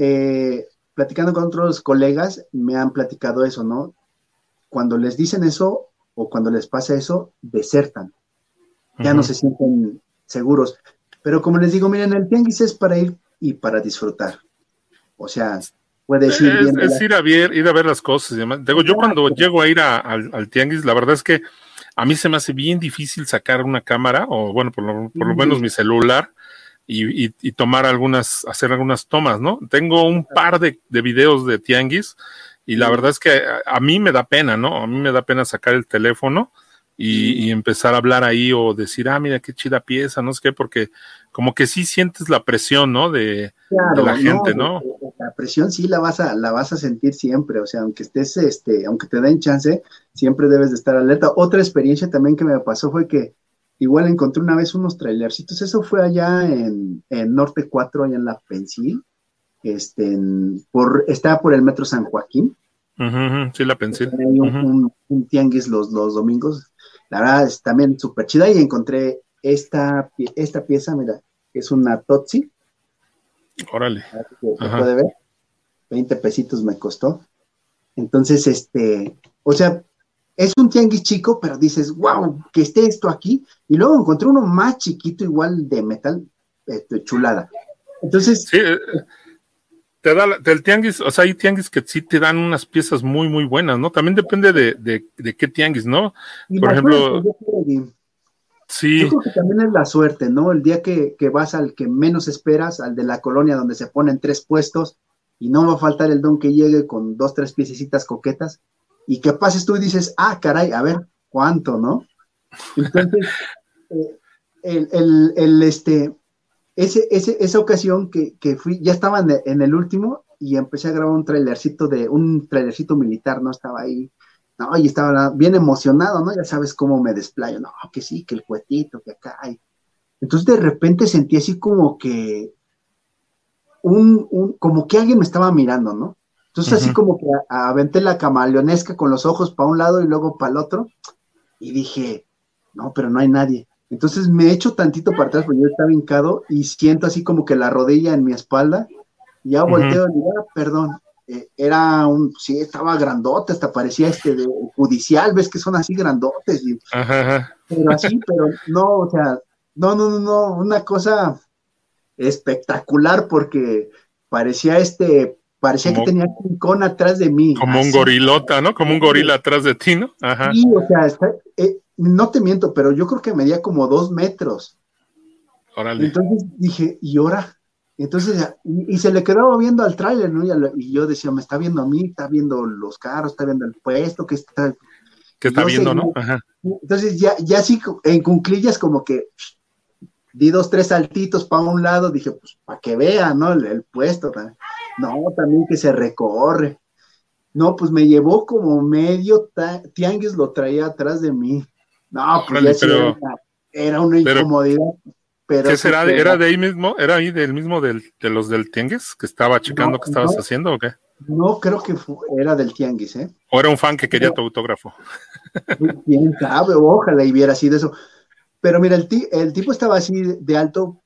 eh, platicando con otros colegas, me han platicado eso, ¿no? Cuando les dicen eso o cuando les pasa eso, desertan, ya no Ujú. se sienten seguros. Pero como les digo, miren, el tianguis es para ir y para disfrutar. O sea, puedes ir Es, viendo es las... ir a ver, ir a ver las cosas y demás. Digo, yo cuando Exacto. llego a ir a- al, al tianguis, la verdad es que a mí se me hace bien difícil sacar una cámara, o bueno, por lo, por lo menos Sí, mi celular, y, y, y tomar algunas, hacer algunas tomas, ¿no? Tengo un par de, de videos de tianguis, y la sí, verdad es que a, a mí me da pena, ¿no? A mí me da pena sacar el teléfono y, sí. y empezar a hablar ahí o decir, ah, mira qué chida pieza, no sé qué, porque como que sí sientes la presión, ¿no? De, de la Claro, no, gente, ¿no? la presión sí la vas a, la vas a sentir siempre, o sea, aunque estés, este, aunque te den chance, siempre debes de estar alerta. Otra experiencia también que me pasó fue que igual encontré una vez unos trailercitos, eso fue allá en, en Norte cuatro, allá en la Pensil, este, en- por, estaba por el Metro San Joaquín, Ujú, ujú, sí, la que pensil. tiene ahí un, Ujú. un, un tianguis los, los domingos, la verdad es también súper chida y encontré esta, pie- esta pieza, mira, que es una Totsi, Órale. a ver si se Ajá. puede ver, veinte pesitos me costó. Entonces, este, o sea, es un tianguis chico, pero dices, wow, que esté esto aquí. Y luego encontré uno más chiquito, igual de metal, este, chulada. Entonces, Sí, eh, te da la- del tianguis, o sea, hay tianguis que sí te dan unas piezas muy, muy buenas, ¿no? También depende de, de, de qué tianguis, ¿no? y Por la suerte, ejemplo, yo creo, que- yo sí, creo que también es la suerte, ¿no? El día que, que vas al que menos esperas, al de la colonia donde se ponen tres puestos, y no va a faltar el don que llegue con dos, tres piececitas coquetas, y que pases tú y dices, ah, caray, a ver, ¿cuánto, no? Entonces, eh, el, el, el, este, ese, ese, esa ocasión que, que fui, ya estaba en el, en el último y empecé a grabar un trailercito de, un trailercito militar, ¿no? Estaba ahí, no, y estaba bien emocionado, ¿no? Ya sabes cómo me desplayo, no, que sí, que el cuetito, que acá hay. Entonces de repente sentí así como que un, un como que alguien me estaba mirando, ¿no? Entonces así ujú. como que a- aventé la camaleonesca con los ojos para un lado y luego para el otro y dije, no, pero no hay nadie. Entonces me echo tantito para atrás porque yo estaba hincado y siento así como que la rodilla en mi espalda y ya Ujú. volteo y digo, ah, perdón, eh, era un, sí, estaba grandote, hasta parecía este de judicial, ves que son así grandotes, y- Ajá, ajá. pero así, pero no, o sea, no, no, no, no, una cosa espectacular porque parecía este, parecía que Como, tenía un con atrás de mí, como un así, gorilota, ¿no? Como un gorila atrás de ti, ¿no? Ajá. sí, o sea, está, eh, no te miento, pero yo creo que medía como dos metros. Órale. Entonces dije, ¿y ahora? Entonces, y, y se le quedaba viendo al tráiler, ¿no? Y, a la- y yo decía, me está viendo a mí, está viendo los carros, está viendo el puesto, que está. ¿Qué Y está yo viendo, seguía. no? Ajá. Entonces, ya, ya así, en cunclillas, como que di dos, tres saltitos para un lado, dije, pues, para que vea, ¿no? El, el puesto. ¿No? No, también que se recorre. No, pues me llevó como medio ta- tianguis, lo traía atrás de mí. No, pues ya Órale, sí era pero, una, era una pero, incomodidad, pero ¿qué será? súper. ¿Era de ahí mismo? ¿Era ahí del mismo del, de los del tianguis que estaba checando No, qué estabas no, haciendo o qué? No creo que fu- era del tianguis, ¿eh? ¿O era un fan que quería tu autógrafo? Quién sabe, ojalá y viera así de eso. Pero mira, el, ti- el tipo estaba así de, de alto,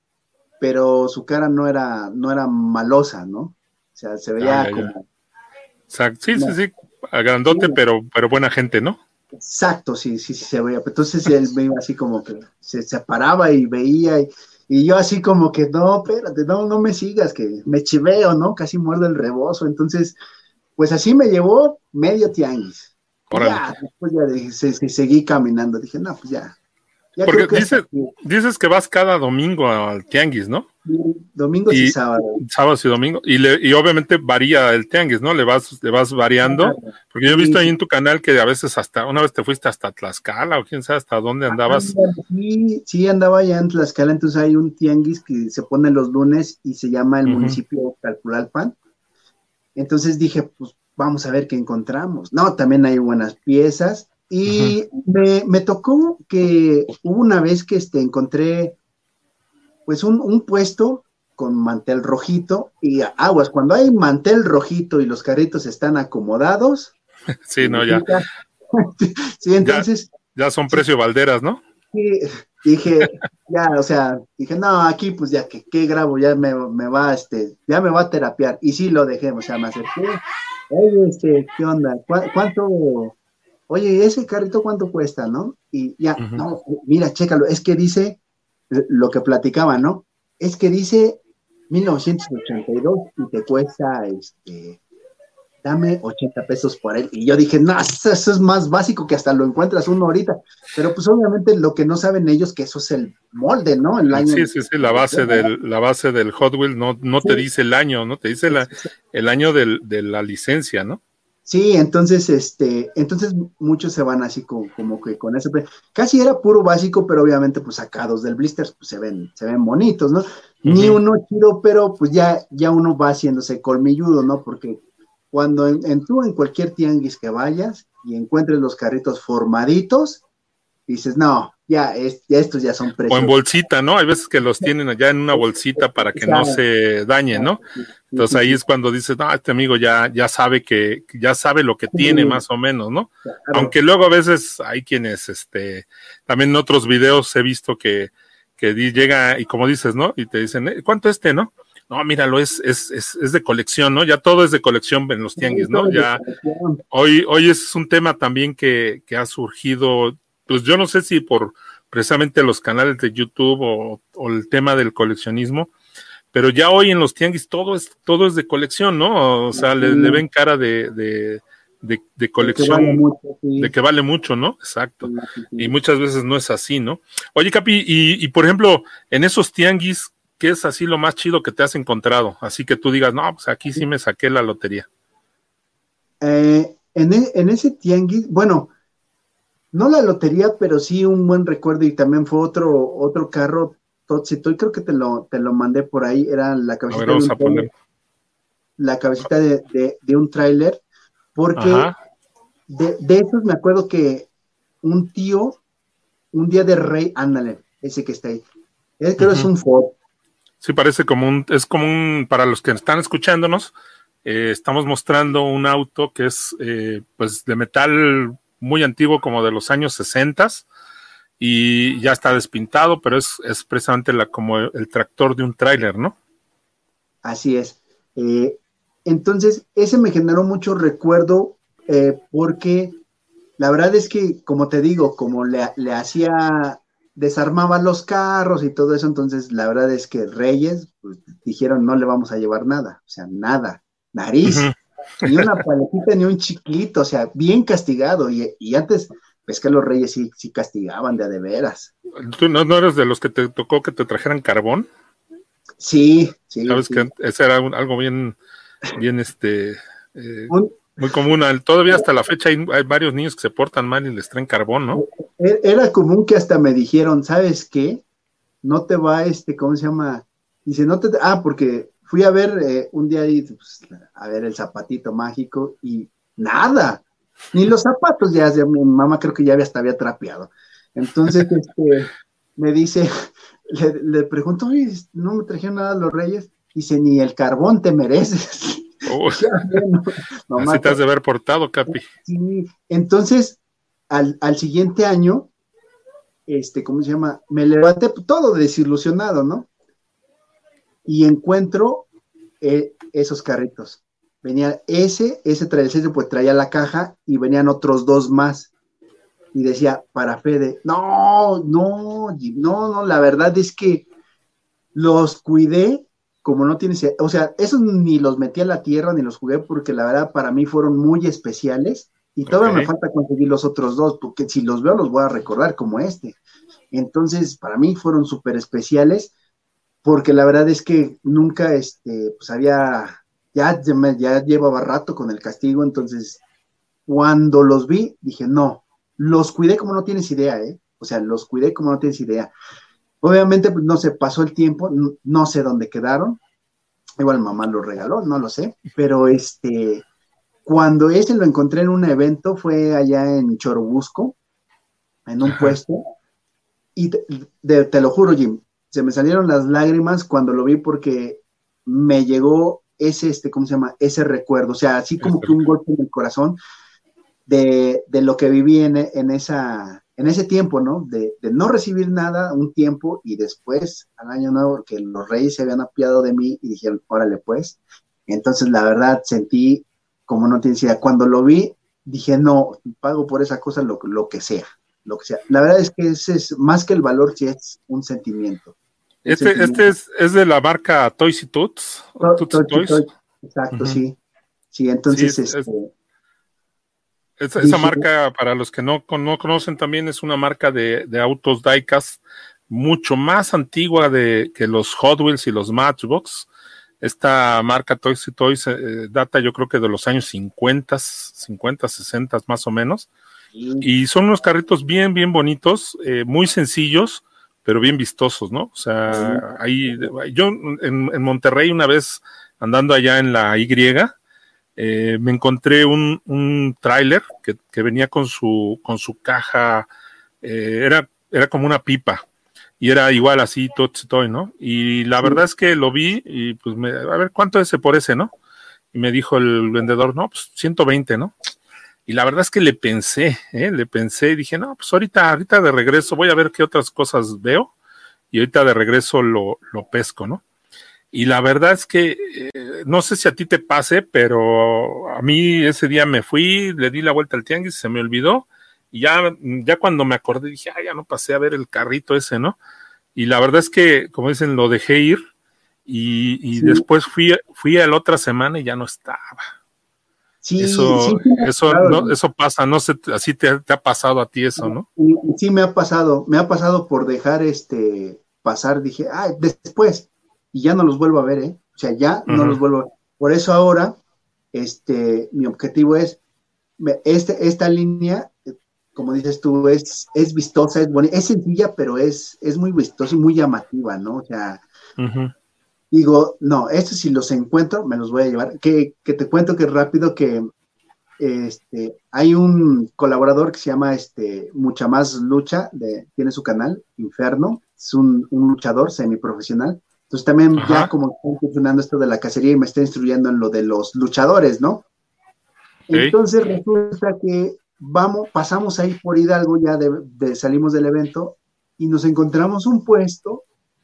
pero su cara no era, no era malosa, ¿no? O sea, se Ah, veía ya, ya. como, Exacto. Sí, sí, no, sí, grandote, sí, pero, pero buena gente, ¿no? exacto, sí, sí, sí se veía. Entonces él me iba así como que se separaba y veía, y, y yo así como que, no, espérate, no, no me sigas, que me chiveo, ¿no? Casi muerdo el rebozo. Entonces, pues así me llevó medio tianguis. Y Órale. ya, después ya dejé- se- se- seguí caminando. Dije, no, pues ya, ya creo Porque que hasta dices, aquí, dices que vas cada domingo al tianguis, ¿no? domingos y Y sábados. sábados y domingo. Y, le, y obviamente varía el tianguis, ¿no? Le vas, le vas variando. Claro, Porque yo he sí, visto ahí sí. en tu canal que a veces hasta, una vez te fuiste hasta Tlaxcala o quién sabe hasta dónde andabas. Ándale, sí, sí, andaba allá en Tlaxcala, entonces hay un tianguis que se pone los lunes y se llama el Ujú, municipio Calpulalpan. Entonces dije, pues vamos a ver qué encontramos. No, también hay buenas piezas. ujú. Y me, me tocó que hubo una vez que este, encontré pues un, un puesto con mantel rojito y aguas, cuando hay mantel rojito y los carritos están acomodados, Sí, no, ya, significa, sí, ya, entonces, ya son sí, precio Valderas, ¿no? sí, dije, ya, o sea, dije, no, aquí pues ya que, ¿qué grabo? Ya me, me va, este, ya me va a terapiar. Y sí lo dejé, o sea, me acerqué, oye, este, ¿qué onda? ¿Cu- ¿Cuánto? Oye, ¿ese carrito cuánto cuesta, no? Y ya, Ujú. no, mira, chécalo, es que dice lo que platicaba, ¿no? Es que dice mil novecientos ochenta y dos y te cuesta, este, dame ochenta pesos por él. Y yo dije, no, eso, eso es más básico que hasta lo encuentras uno ahorita. Pero pues obviamente lo que no saben ellos que eso es el molde, ¿no? El año. Sí, sí, sí, la base del, la base del Hot Wheels no, no te Sí, dice el año, ¿no? Te dice la, el año del, de la licencia, ¿no? sí, entonces, este, entonces muchos se van así como, como que con ese, pre- casi era puro básico, pero obviamente pues sacados del blister, pues se ven, se ven bonitos, ¿no? Ni Ujú. uno chido, pero pues ya, ya uno va haciéndose colmilludo, ¿no? Porque cuando en, en tú en cualquier tianguis que vayas y encuentres los carritos formaditos, dices, no, ya, es, ya estos ya son O en precios. bolsita, ¿no? Hay veces que los tienen allá en una bolsita para que no Exacto, se dañen, ¿no? sí, Entonces sí, ahí sí, es cuando dices, no, este amigo ya, ya sabe que, ya sabe lo que tiene sí, más o menos, ¿no? claro. Aunque luego a veces hay quienes, este, también en otros videos he visto que, que di- llega y como dices, ¿no? Y te dicen, "Eh, ¿cuánto este, no? No, míralo, es, es, es, es de colección, ¿no? Ya todo es de colección en los Sí, tianguis, todo ¿no? es de Ya colección. hoy, hoy es un tema también que, que ha surgido, pues yo no sé si por precisamente los canales de YouTube o, o el tema del coleccionismo, pero ya hoy en los tianguis todo es, todo es de colección, ¿no? O sea, le, le ven cara de, de, de, de De que vale colección, mucho, de sí. que vale mucho, ¿no? Exacto. Sí, sí, Y sí. muchas veces no es así, ¿no? Oye, Capi, y, y por ejemplo, en esos tianguis, ¿qué es así lo más chido que te has encontrado? Así que tú digas, no, pues aquí sí me saqué la lotería. Eh, en, e- en ese tianguis, bueno, no la lotería, pero sí un buen recuerdo y también fue otro, otro carro, Totsito, y creo que te lo, te lo mandé por ahí, era la A ver, cabecita de vamos un a tráiler, poner. la cabecita de, de, de un tráiler, porque Ajá. de, de esos me acuerdo que un tío, un día de rey, ándale, ese que está ahí, él creo es Uh-huh. un Ford. Sí, parece como un, es como un, para los que están escuchándonos, eh, estamos mostrando un auto que es eh, pues de metal muy antiguo, como de los años sesenta, y ya está despintado, pero es, es precisamente la, como el, el tractor de un tráiler, ¿no? Así es. Eh, entonces, ese me generó mucho recuerdo eh, porque la verdad es que, como te digo, como le, le hacía, desarmaba los carros y todo eso, entonces la verdad es que Reyes pues, dijeron no le vamos a llevar nada, o sea, nada, Uh-huh. nariz, ni una paletita ni un chiclito, o sea, bien castigado. Y, y antes, pues que los Reyes sí, sí castigaban de a de veras. ¿Tú no, no eres de los que te tocó que te trajeran carbón? Sí, sí, Sabes que sí. ese era un, algo bien, bien, este, eh, Un, muy común. Todavía hasta la fecha hay, hay varios niños que se portan mal y les traen carbón, ¿no? era común que hasta me dijeron, ¿sabes qué? No te va, este, ¿cómo se llama? Dice, no te, ah, porque fui a ver eh, un día ahí, pues, a ver el zapatito mágico y nada, ni los zapatos, ya, ya mi mamá creo que ya había, hasta había trapeado. Entonces, este, me dice, le, le pregunto, oye, no me trajeron nada los reyes, dice, ni el carbón te mereces. Oh, Ya, bueno, mamá, así te has de haber portado, Capi. sí. Entonces, al, al siguiente año, este, ¿cómo se llama? Me levanté todo desilusionado, ¿no? Y encuentro eh, esos carritos. Venía ese, ese traía el sello, pues traía la caja y venían otros dos más. Y decía, para Fede, no, no, no, no, la verdad es que los cuidé como no tienes, o sea, esos ni los metí a la tierra ni los jugué porque la verdad para mí fueron muy especiales y todavía me Ok. falta conseguir los otros dos porque si los veo los voy a recordar como este. Entonces, para mí fueron súper especiales porque la verdad es que nunca, este, pues había, ya, ya llevaba rato con el castigo, entonces cuando los vi, dije, no, los cuidé como no tienes idea, ¿eh? O sea, los cuidé como no tienes idea. Obviamente, pues no se pasó el tiempo, no, no sé dónde quedaron, igual mamá los regaló, no lo sé, pero este, cuando ese lo encontré en un evento fue allá en Chorobusco, en un Ajá. puesto, y te, de, te lo juro, Jim, se me salieron las lágrimas cuando lo vi porque me llegó ese, este, ¿cómo se llama? Ese recuerdo, o sea, así como que un golpe en el corazón de, de lo que viví en, en, esa, en ese tiempo, ¿no? De, de no recibir nada un tiempo y después, al año nuevo, que los reyes se habían apiado de mí y dijeron, órale pues. Entonces, la verdad, sentí como no te decía, cuando lo vi, dije, no, pago por esa cosa lo, lo que sea, lo que sea. La verdad es que ese es más que el valor, sí es un sentimiento. Un Este, este sentimiento. es, es de la marca Toys y Toots, o To, Toots y to, to, Toys. to, exacto, Ujú. sí. Sí, Sí, entonces, es, este, es- esa, esa dije, marca, para los que no, no conocen, también es una marca de, de autos diecast mucho más antigua de, que los Hot Wheels y los Matchbox. Esta marca Toys y Toys eh, data yo creo que de los años cincuenta, cincuenta, sesenta más o menos. sí, Y son unos carritos bien, bien bonitos, eh, muy sencillos, pero bien vistosos, ¿no? O sí, sea, ahí, yo en, en Monterrey una vez andando allá en la Y, eh, me encontré un, un tráiler que, que, venía con su, con su caja, eh, era, era como una pipa, y era igual así, todo, todo, ¿no? Y la verdad sí, es que lo vi y pues, me, a ver, ¿cuánto es ese por ese, no? Y me dijo el vendedor, no, pues ciento veinte, ¿no? Y la verdad es que le pensé, ¿eh? le pensé y dije, no, pues ahorita, ahorita de regreso voy a ver qué otras cosas veo y ahorita de regreso lo, lo pesco, ¿no? Y la verdad es que eh, no sé si a ti te pase, pero a mí ese día me fui, le di la vuelta al tianguis, se me olvidó y ya, ya cuando me acordé dije, ah, ya no pasé a ver el carrito ese, ¿no? Y la verdad es que, como dicen, lo dejé ir y, y sí, después fui, fui a la otra semana y ya no estaba. sí, sí, Eso, sí me ha eso, pasado, no, eso pasa, no sé, así te, te ha pasado a ti eso, ¿no? sí, sí me ha pasado, me ha pasado por dejar este pasar, dije, ah, después, y ya no los vuelvo a ver, ¿eh? O sea, ya no los Ujú. vuelvo a ver. Por eso ahora, este, mi objetivo es, me- este, esta línea, eh, como dices tú, es, es vistosa, es bonita, es sencilla, pero es, es muy vistosa y muy llamativa, ¿no? O sea, Ujú. digo, no, estos si los encuentro, me los voy a llevar. Que, que te cuento que rápido que este, hay un colaborador que se llama este, Mucha Más Lucha, de, tiene su canal, Inferno, es un, un luchador semiprofesional. Entonces también ya Ajá, como estoy funcionando esto de la cacería y me está instruyendo en lo de los luchadores, ¿no? ok. Entonces resulta que vamos, pasamos ahí por Hidalgo, ya de, de, salimos del evento y nos encontramos un puesto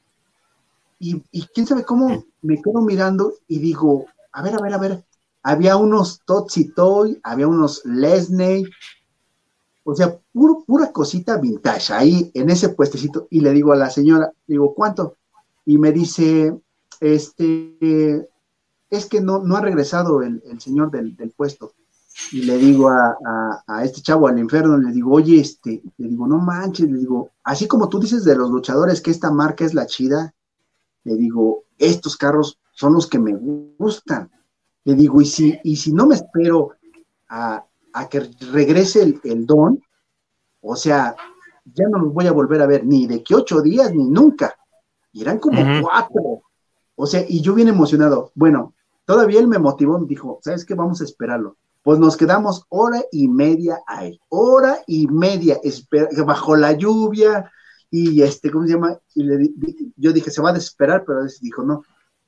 y, y quién sabe cómo me quedo mirando y digo, a ver, a ver, a ver, había unos Tootsie Toy, había unos Lesney, o sea, puro, pura cosita vintage ahí en ese puestecito. Y le digo a la señora, digo, ¿cuánto? Y me dice, este, es que no, no ha regresado el, el señor del, del, puesto. Y le digo a, a, a, este chavo, al Inferno, le digo, oye, este, le digo, no manches, le digo, así como tú dices de los luchadores que esta marca es la chida, le digo, estos carros son los que me gustan. Le digo, y si, y si no me espero a, a que regrese el, el don, o sea, ya no los voy a volver a ver ni de que ocho días ni nunca. Y eran como Ujú. cuatro. O sea, y yo bien emocionado. Bueno, todavía él me motivó, me dijo, ¿sabes qué? Vamos a esperarlo. Pues nos quedamos hora y media ahí, hora y media, espera, bajo la lluvia, y este, ¿cómo se llama? Y le di, yo dije, se va a desesperar, pero él dijo, no.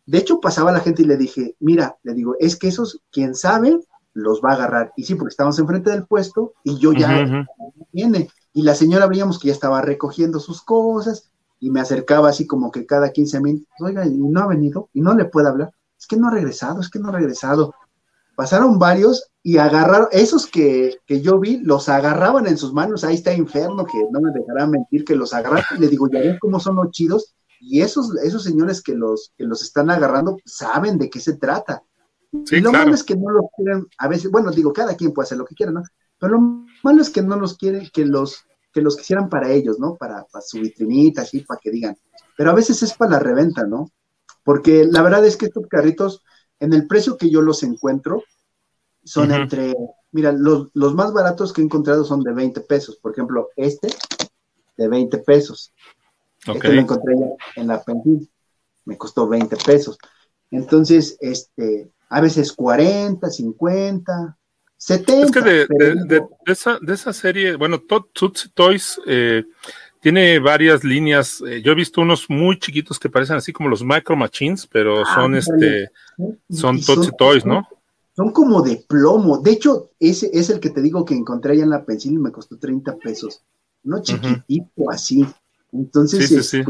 De hecho, pasaba la gente y le dije, mira, le digo, es que esos, quien sabe, los va a agarrar. Y sí, porque estábamos enfrente del puesto y yo ya uh-huh. viene. Y la señora veíamos que ya estaba recogiendo sus cosas y me acercaba así como que cada quince minutos, oiga, ¿y no ha venido? ¿Y no le puede hablar? Es que no ha regresado, es que no ha regresado. Pasaron varios y agarraron, esos que, que yo vi, los agarraban en sus manos. Ahí está Inferno, que no me dejará mentir, que los agarraron. Y le digo, ya ven cómo son los chidos. Y esos, esos señores que los, que los están agarrando saben de qué se trata. Sí, y lo claro. malo es que no los quieren, a veces, bueno, digo, cada quien puede hacer lo que quiera, ¿no? Pero lo malo es que no los quieren, que los, que los quisieran para ellos, ¿no? Para, para su vitrinita, así, para que digan. Pero a veces es para la reventa, ¿no? Porque la verdad es que estos carritos, en el precio que yo los encuentro, son uh-huh. entre, mira, los, los más baratos que he encontrado son de veinte pesos. Por ejemplo, este, de veinte pesos. Okay. Este lo encontré ya en la Pensil, me costó veinte pesos. Entonces, este, a veces cuarenta, cincuenta, setenta. Es que de, de, de, de, esa, de esa serie, bueno, Tootsie Toys eh, tiene varias líneas. Eh, yo he visto unos muy chiquitos que parecen así como los Micro Machines, pero ah, son este, son Tootsie Toys, ¿no? Son como de plomo. De hecho, ese es el que te digo que encontré allá en la Pensil y me costó treinta pesos. Uno chiquitito uh-huh. así. Entonces, sí, sí, este,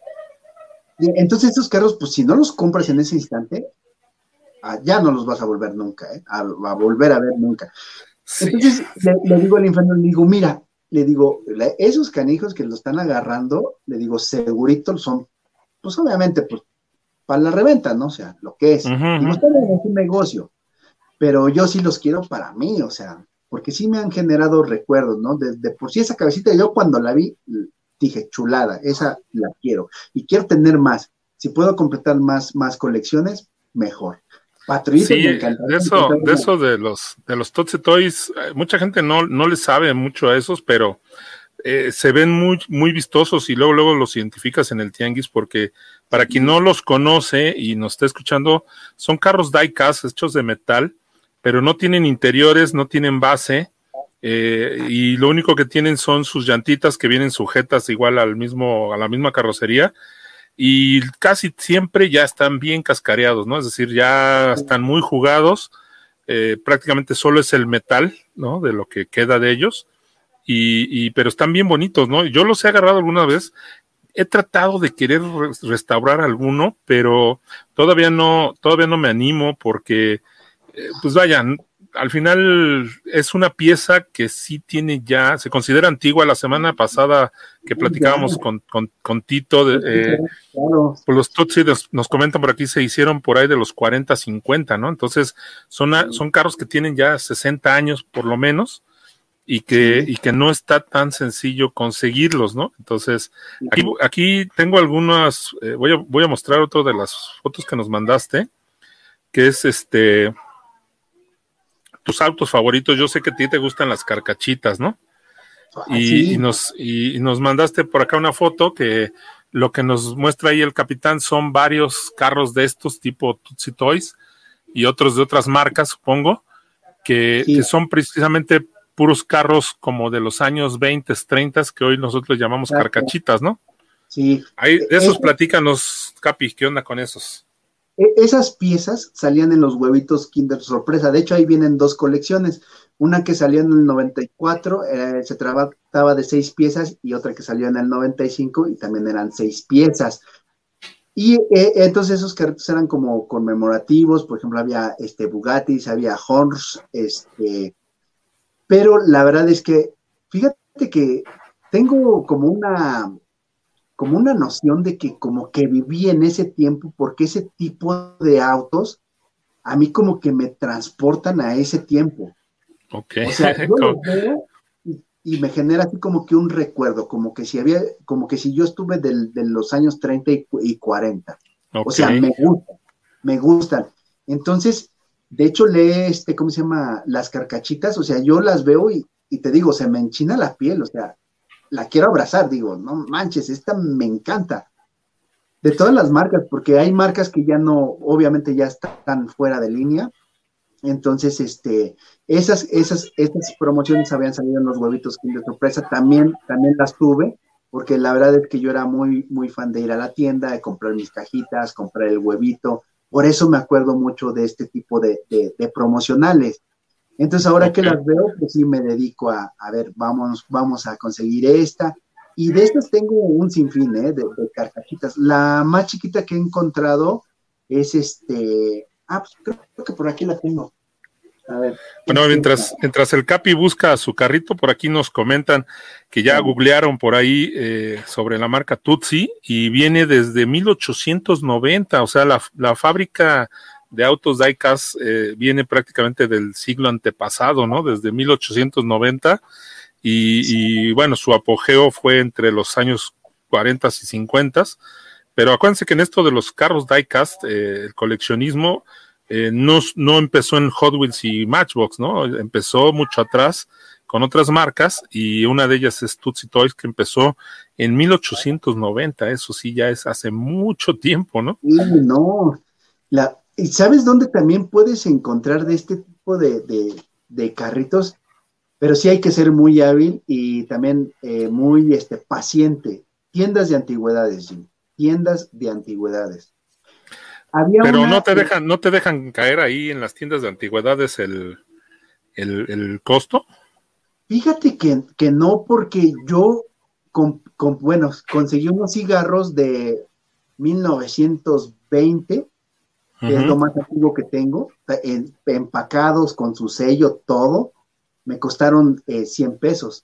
sí. entonces estos carros, pues si no los compras en ese instante, ah, ya no los vas a volver nunca, ¿eh? a, a volver a ver nunca. Sí. Entonces le, le digo al Inferno, le digo, mira, le digo, la, esos canijos que lo están agarrando, le digo, segurito son, pues obviamente, pues, para la reventa, ¿no? O sea, lo que es. Uh-huh. Digo, está bien, es un negocio, pero yo sí los quiero para mí, o sea, porque sí me han generado recuerdos, ¿no? De, de por sí esa cabecita, yo cuando la vi, dije, chulada, esa la quiero, y quiero tener más, si puedo completar más, más colecciones, mejor. Patrullita, sí, de eso, de eso de los, de los Tootsie Toys, mucha gente no, no le sabe mucho a esos, pero eh, se ven muy, muy vistosos y luego, luego los identificas en el tianguis, porque para quien no los conoce y nos está escuchando, son carros die-cast hechos de metal, pero no tienen interiores, no tienen base, Eh, y lo único que tienen son sus llantitas que vienen sujetas igual al mismo, a la misma carrocería, y casi siempre ya están bien cascareados, ¿no? Es decir, ya están muy jugados, eh, prácticamente solo es el metal, ¿no? De lo que queda de ellos, y, y pero están bien bonitos, ¿no? Yo los he agarrado alguna vez, he tratado de querer restaurar alguno, pero todavía no, todavía no me animo porque, eh, pues vayan, al final es una pieza que sí tiene ya, se considera antigua. La semana pasada que platicábamos con, con, con Tito, de, eh, pues los Tootsie nos, nos comentan por aquí, se hicieron por ahí de los cuarenta, cincuenta, ¿no? Entonces son, son carros que tienen ya sesenta años por lo menos y que, sí. y que no está tan sencillo conseguirlos, ¿no? Entonces aquí, aquí tengo algunas, eh, voy, a, voy a mostrar otra de las fotos que nos mandaste, que es este... tus autos favoritos. Yo sé que a ti te gustan las carcachitas, ¿no? Y, sí. y, nos, y, y nos mandaste por acá una foto que lo que nos muestra ahí el capitán son varios carros de estos tipo Tootsie Toys y otros de otras marcas, supongo, que, sí. que son precisamente puros carros como de los años veinte, treinta, que hoy nosotros llamamos claro. carcachitas, ¿no? Sí. Ahí, de esos, eh, platícanos, Capi, ¿qué onda con esos? Esas piezas salían en los huevitos Kinder Sorpresa. De hecho, ahí vienen dos colecciones. Una que salió en el noventa y cuatro, eh, se trataba de seis piezas, y otra que salió en el noventa y cinco, y también eran seis piezas. Y eh, entonces esos carritos eran como conmemorativos. Por ejemplo, había este Bugattis, había Horns, este... pero la verdad es que, fíjate que tengo como una... como una noción de que como que viví en ese tiempo, porque ese tipo de autos a mí como que me transportan a ese tiempo. Okay. O sea, yo lo veo y, y me genera así como que un recuerdo, como que si había, como que si yo estuve del, de los años treinta y, y cuarenta. Okay. O sea, me gustan, me gustan. Entonces, de hecho, lee este, ¿cómo se llama? Las carcachitas, o sea, yo las veo y, y te digo, se me enchina la piel, o sea, la quiero abrazar, digo, no manches, esta me encanta. De todas las marcas, porque hay marcas que ya no, obviamente ya están fuera de línea. Entonces, este, esas, esas, estas promociones habían salido en los huevitos Kinder Sorpresa, también, también las tuve, porque la verdad es que yo era muy, muy fan de ir a la tienda, de comprar mis cajitas, comprar el huevito, por eso me acuerdo mucho de este tipo de, de, de promocionales. Entonces ahora que Okay. las veo, pues sí me dedico a, a ver, vamos, vamos a conseguir esta, y de estas tengo un sinfín, ¿eh? de, de carcajitas. La más chiquita que he encontrado es este, ah, pues creo, creo que por aquí la tengo. A ver, Bueno, es esta. mientras, mientras el Capi busca su carrito, por aquí nos comentan que ya googlearon por ahí eh, sobre la marca Tutsi y viene desde mil ochocientos noventa, o sea, la, la fábrica de autos Diecast eh, viene prácticamente del siglo antepasado, ¿no? Desde mil ochocientos noventa y, y bueno, su apogeo fue entre los años cuarenta y cincuenta, pero acuérdense que en esto de los carros Diecast, eh, el coleccionismo Eh, no, no empezó en Hot Wheels y Matchbox, ¿no? Empezó mucho atrás con otras marcas y una de ellas es Tootsie Toys, que empezó en mil ochocientos noventa, eso sí ya es hace mucho tiempo, ¿no? Sí, no. La, ¿y sabes dónde también puedes encontrar de este tipo de, de, de carritos? Pero sí hay que ser muy hábil y también eh, muy este, paciente. Tiendas de antigüedades, Jim. Tiendas de antigüedades. Había Pero una, no te eh, dejan, no te dejan caer ahí en las tiendas de antigüedades el, el, el costo. fíjate que, que no, porque yo, con, con, bueno, conseguí unos cigarros de mil novecientos veinte, que es Uh-huh. lo más antiguo que tengo, en, empacados con su sello, todo, me costaron eh, cien pesos.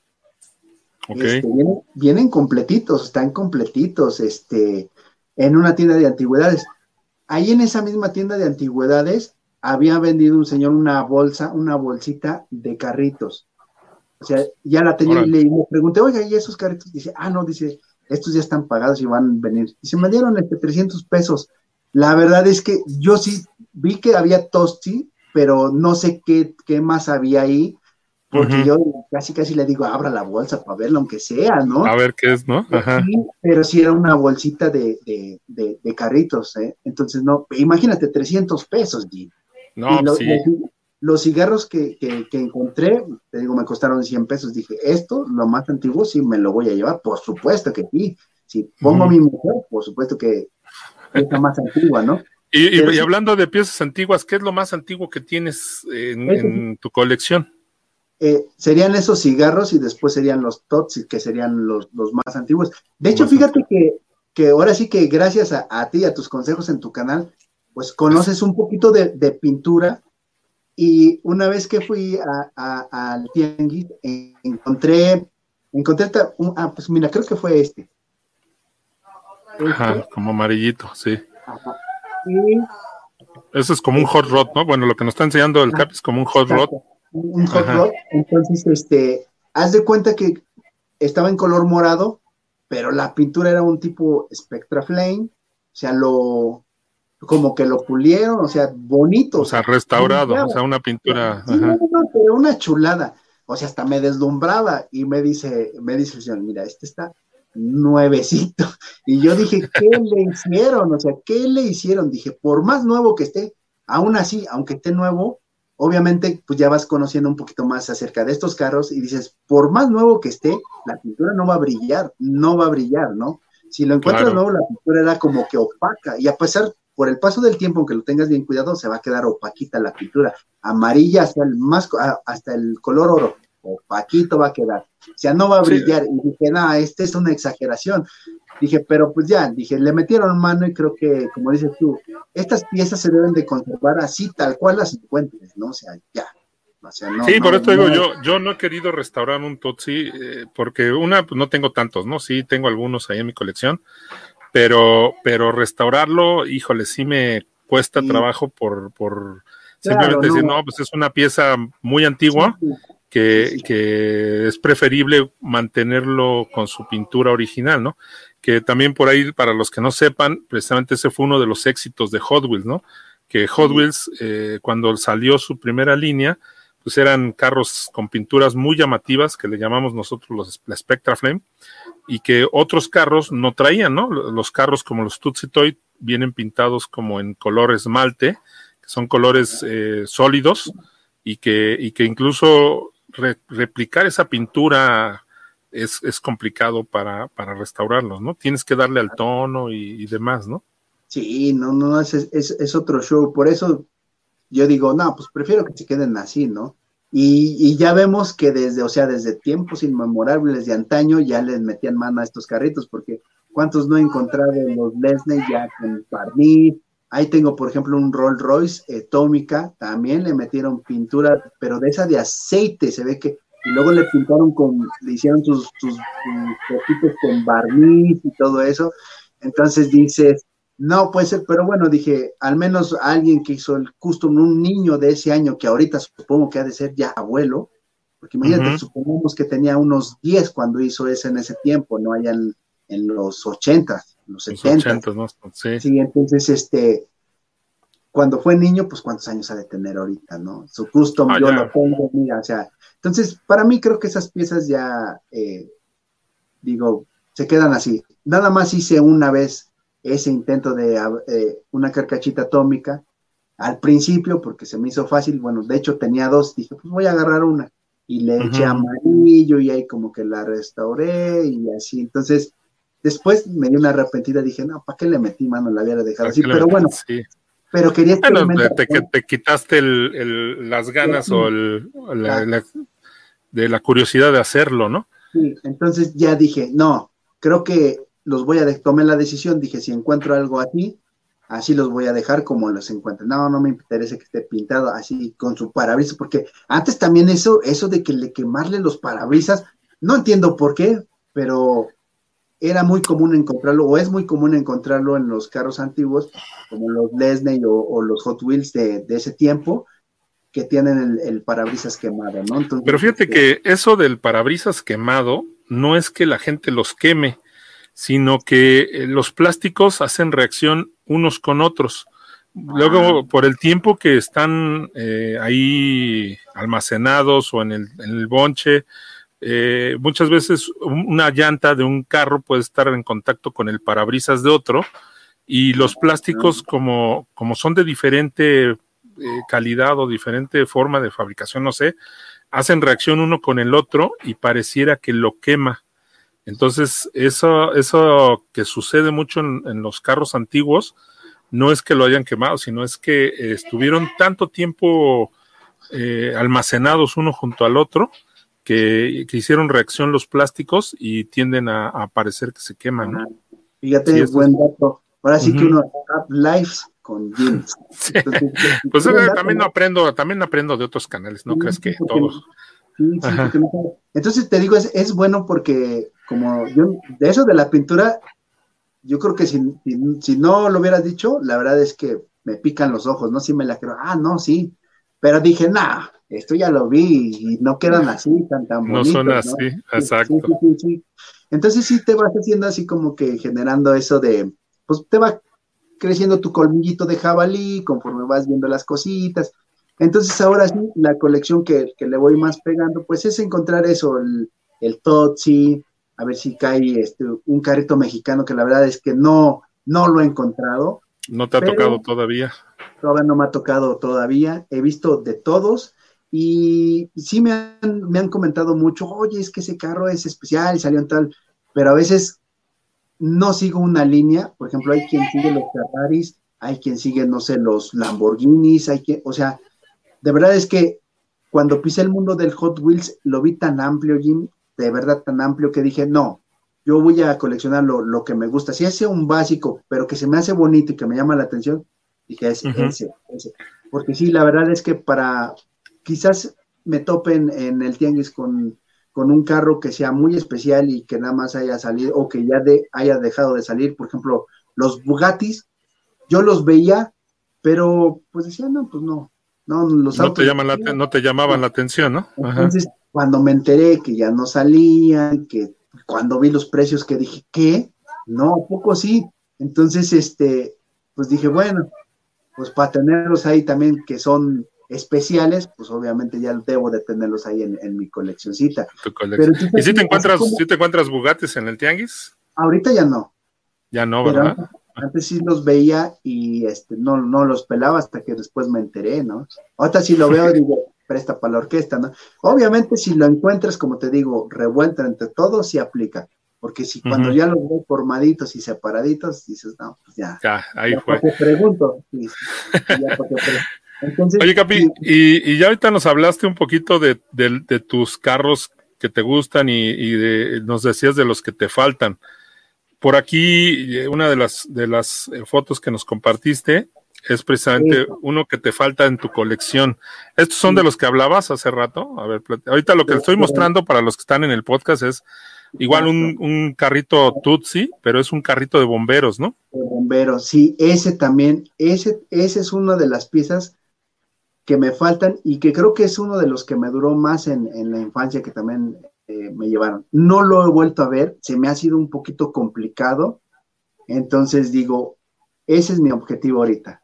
Ok. Este, vienen, vienen completitos, están completitos, este, en una tienda de antigüedades. Ahí en esa misma tienda de antigüedades había vendido un señor una bolsa, una bolsita de carritos. O sea, ya la tenía y Órale. le, le pregunté, oiga, ¿y esos carritos? Dice, ah, no, dice, estos ya están pagados y van a venir. Dice, me dieron este trescientos pesos. La verdad es que yo sí vi que había tosti, pero no sé qué, qué más había ahí, porque Uh-huh. yo casi casi le digo, abra la bolsa para verlo, aunque sea, A ¿no? ver qué es, ¿no? Ajá. Sí, pero sí era una bolsita de, de, de, de carritos, ¿eh? Entonces, no, imagínate, trescientos pesos, G. Y No, pues lo, sí. lo, los cigarros que, que, que, encontré, te digo, me costaron cien pesos. Dije, esto, lo más antiguo, sí me lo voy a llevar, por supuesto que sí. Si pongo a Uh-huh. mi mujer, por supuesto que es la más antigua, ¿no? Y, Pero y, y sí, hablando de piezas antiguas, ¿qué es lo más antiguo que tienes en, eso sí, en tu colección? eh, serían esos cigarros y después serían los Totsi, que serían los, los más antiguos. De hecho, Más fíjate antiguo. que, que ahora sí que gracias a, a ti, a tus consejos en tu canal, pues Es, conoces un poquito de, de pintura. Y una vez que fui a, a, al tianguis, eh, encontré, encontré, ta- un- ah, pues mira, creo que fue este, ajá, este, como amarillito, sí. ajá, y, Eso es como un hot este, rod, ¿no? Bueno, lo que nos está enseñando el ah, Cap es como un hot rod. exacto, un, un hot Ajá. rod. Entonces, este, haz de cuenta que estaba en color morado, pero la pintura era un tipo Spectra Flame, o sea, lo, como que lo pulieron, o sea, bonito, O o sea, sea, restaurado, o brillaba. sea, una pintura, Sí, no, ajá. no, no, pero una chulada. O sea, hasta me deslumbraba y me dice, me dice el señor, mira, este está nuevecito. Y yo dije, ¿qué le hicieron? O sea, ¿qué le hicieron? Dije, por más nuevo que esté, aún así, aunque esté nuevo, obviamente, pues ya vas conociendo un poquito más acerca de estos carros y dices, por más nuevo que esté, la pintura no va a brillar, no va a brillar, ¿no? Si lo encuentras Claro. nuevo, la pintura era como que opaca y a pesar, por el paso del tiempo, aunque lo tengas bien cuidado, se va a quedar opaquita la pintura, amarilla hasta el más, hasta el color oro, opaquito va a quedar, o sea, no va a Sí, brillar. Y dije, no, esta es una exageración. Dije, pero pues ya, dije, le metieron mano y creo que, como dices tú, estas piezas se deben de conservar así, tal cual las encuentres, ¿no? O sea, ya. O sea, no, sí, por no, esto digo, no. yo, yo no he querido restaurar un Totsi, eh, porque una, pues no tengo tantos, ¿no? Sí, tengo algunos ahí en mi colección, pero, pero restaurarlo, híjole, sí me cuesta Y trabajo por, por claro, simplemente decir, no. no, pues es una pieza muy Sí, antigua, sí, que, sí. que es preferible mantenerlo con su pintura original, ¿no? Que también por ahí, para los que no sepan, precisamente ese fue uno de los éxitos de Hot Wheels, ¿no? Que Hot Sí, Wheels, eh, cuando salió su primera línea, pues eran carros con pinturas muy llamativas, que le llamamos nosotros los, la Spectra Flame, y que otros carros no traían, ¿no? Los carros como los Tootsie Toy vienen pintados como en color esmalte, que son colores eh, sólidos, y que, y que incluso re, replicar esa pintura es, es complicado para, para restaurarlos, ¿no? Tienes que darle al tono y, y demás, ¿no? Sí, no, no, es, es, es otro show. Por eso yo digo, no, pues prefiero que se queden así, ¿no? Y, y ya vemos que desde, o sea, desde tiempos inmemorables de antaño ya les metían mano a estos carritos, porque ¿cuántos no he encontrado los Lesney ya con barniz? Ahí tengo, por ejemplo, un Rolls Royce eh, Tómica, también le metieron pintura, pero de esa de aceite, se ve que, y luego le pintaron con, le hicieron sus, sus, sus poquitos con barniz y todo eso. Entonces dices, no puede ser, pero bueno, dije, al menos alguien que hizo el custom, un niño de ese año, que ahorita supongo que ha de ser ya abuelo, porque imagínate, uh-huh. supongamos que tenía unos diez cuando hizo ese en ese tiempo, no allá en, en los ochenta, en los setenta. ¿no? Sí. Sí, entonces, este, cuando fue niño, pues cuántos años ha de tener ahorita, ¿no? Su custom, ah, yo ya. Lo pongo, mira, o sea, entonces, para mí creo que esas piezas ya, eh, digo, se quedan así. Nada más hice una vez ese intento de eh, una carcachita atómica al principio porque se me hizo fácil, bueno, de hecho tenía dos, dije, pues voy a agarrar una y le uh-huh. eché amarillo y ahí como que la restauré y así, entonces después me dio una arrepentida, dije, no, ¿para qué le metí mano? La hubiera dejado así, pero bueno, sí. pero quería experimentar. Bueno, te, te, te quitaste el, el, las ganas sí. o el, la, la, de la curiosidad de hacerlo, ¿no? Sí, entonces ya dije, no, creo que los voy a, de- tomé la decisión, dije, si encuentro algo aquí, así los voy a dejar como los encuentro. No, no me interesa que esté pintado así con su parabrisas, porque antes también eso, eso de que le quemarle los parabrisas, no entiendo por qué, pero era muy común encontrarlo, o es muy común encontrarlo en los carros antiguos, como los Lesney o, o los Hot Wheels de, de ese tiempo, que tienen el, el parabrisas quemado, ¿no? Entonces, pero fíjate que eso del parabrisas quemado no es que la gente los queme, sino que los plásticos hacen reacción unos con otros. Luego, ah. por el tiempo que están eh, ahí almacenados o en el, en el bonche, eh, muchas veces una llanta de un carro puede estar en contacto con el parabrisas de otro, y los plásticos, como, como son de diferente eh, calidad o diferente forma de fabricación, no sé, hacen reacción uno con el otro y pareciera que lo quema. Entonces, eso, eso que sucede mucho en, en los carros antiguos, no es que lo hayan quemado, sino es que eh, estuvieron tanto tiempo eh, almacenados uno junto al otro, que, que hicieron reacción los plásticos y tienden a, a parecer que se queman, ¿no? Fíjate, sí, buen es... dato. Ahora sí uh-huh. que uno up lives con jeans. Sí. Entonces, pues eh, también dato, aprendo, también aprendo de otros canales, no sí, crees que todos. Sí, sí, porque no, entonces te digo, es, es bueno porque como yo, de eso de la pintura, yo creo que si, si, si no lo hubieras dicho, la verdad es que me pican los ojos, ¿no? Si me la creo, ah, no, sí, pero dije, nah, esto ya lo vi y no quedan así, tan, tan bonitos. No son así, ¿no? Exacto. Sí, sí, sí, sí. Entonces sí te vas haciendo así como que generando eso de, pues te va creciendo tu colmillito de jabalí conforme vas viendo las cositas. Entonces ahora sí, la colección que, que le voy más pegando, pues es encontrar eso, el, el Totsi, a ver si cae este, un carrito mexicano que la verdad es que no, no lo he encontrado. No te ha tocado todavía. Todavía no me ha tocado todavía, he visto de todos y sí me han, me han comentado mucho, oye, es que ese carro es especial y salió en tal, pero a veces no sigo una línea, por ejemplo, hay quien sigue los Ferraris, hay quien sigue, no sé, los Lamborghinis, hay quien, o sea, de verdad es que cuando pisé el mundo del Hot Wheels, lo vi tan amplio, Jim, de verdad tan amplio que dije, no, yo voy a coleccionar lo, lo que me gusta. Si hace un básico, pero que se me hace bonito y que me llama la atención, dije, ese, uh-huh. ese, ese. Porque sí, la verdad es que para, quizás me topen en el tianguis con, con un carro que sea muy especial y que nada más haya salido, o que ya de, haya dejado de salir, por ejemplo, los Bugattis, yo los veía, pero pues decía, no, pues no. No, los no, te llaman la, no te llamaban no. la atención, ¿no? Ajá. Entonces, cuando me enteré que ya no salían, que cuando vi los precios que dije, ¿qué? No, poco sí. Entonces, este, pues dije, bueno, pues para tenerlos ahí también que son especiales, pues obviamente ya debo de tenerlos ahí en, en mi coleccioncita. Colección. Pero, ¿y si te encuentras, como... si te encuentras Bugattis en el tianguis? Ahorita ya no. Ya no, ¿verdad? Pero, antes sí los veía y este no, no los pelaba hasta que después me enteré, ¿no? Ahorita sí lo veo y digo, presta para la orquesta, ¿no? Obviamente si lo encuentras, como te digo, revuelto entre todos, sí aplica, porque si cuando Ujú. ya los ves formaditos y separaditos, dices, no, pues ya, Ya, ahí ya para fue. qué pregunto, sí, sí, ya para qué pregunto. Entonces, Oye, Capi, sí, y, y ya ahorita nos hablaste un poquito de, de, de tus carros que te gustan y, y de, nos decías de los que te faltan. Por aquí, eh, una de las, de las eh, fotos que nos compartiste es precisamente eso, uno que te falta en tu colección. ¿Estos son de sí, los que hablabas hace rato? A ver, plat- ahorita lo que de, le estoy de- mostrando para los que están en el podcast es igual exacto, un, un carrito Tutsi, pero es un carrito de bomberos, ¿no? de bomberos, sí, ese también, ese, ese es una de las piezas que me faltan y que creo que es uno de los que me duró más en, en la infancia que también eh, me llevaron. No lo he vuelto a ver, se me ha sido un poquito complicado, entonces digo, ese es mi objetivo ahorita.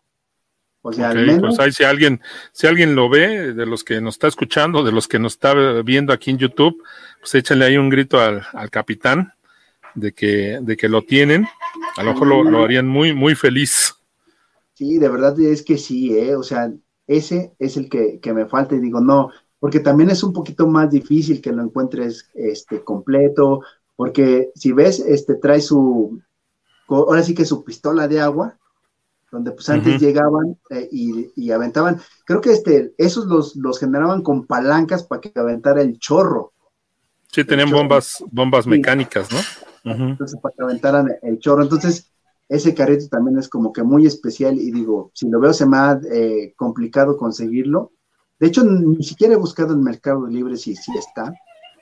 O sea, Ok, al pues menos, ahí si alguien, si alguien lo ve, de los que nos está escuchando, de los que nos está viendo aquí en YouTube, pues échenle ahí un grito al, al capitán de que, de que lo tienen. A lo mejor lo, lo sí, harían muy, muy feliz. sí, de verdad es que sí, ¿eh? O sea, ese es el que, que me falta y digo, no, porque también es un poquito más difícil que lo encuentres este, completo, porque si ves, este, trae su, co- ahora sí que su pistola de agua, donde pues antes Ujú. llegaban eh, y, y aventaban, creo que este, esos los, los generaban con palancas para que aventara el chorro, Sí, el tenían chorro, bombas, bombas sí, mecánicas, ¿no? Ujú. entonces para que aventaran el chorro, entonces ese carrito también es como que muy especial y digo, si lo veo se me ha eh, complicado conseguirlo, de hecho ni siquiera he buscado en Mercado Libre si, si está,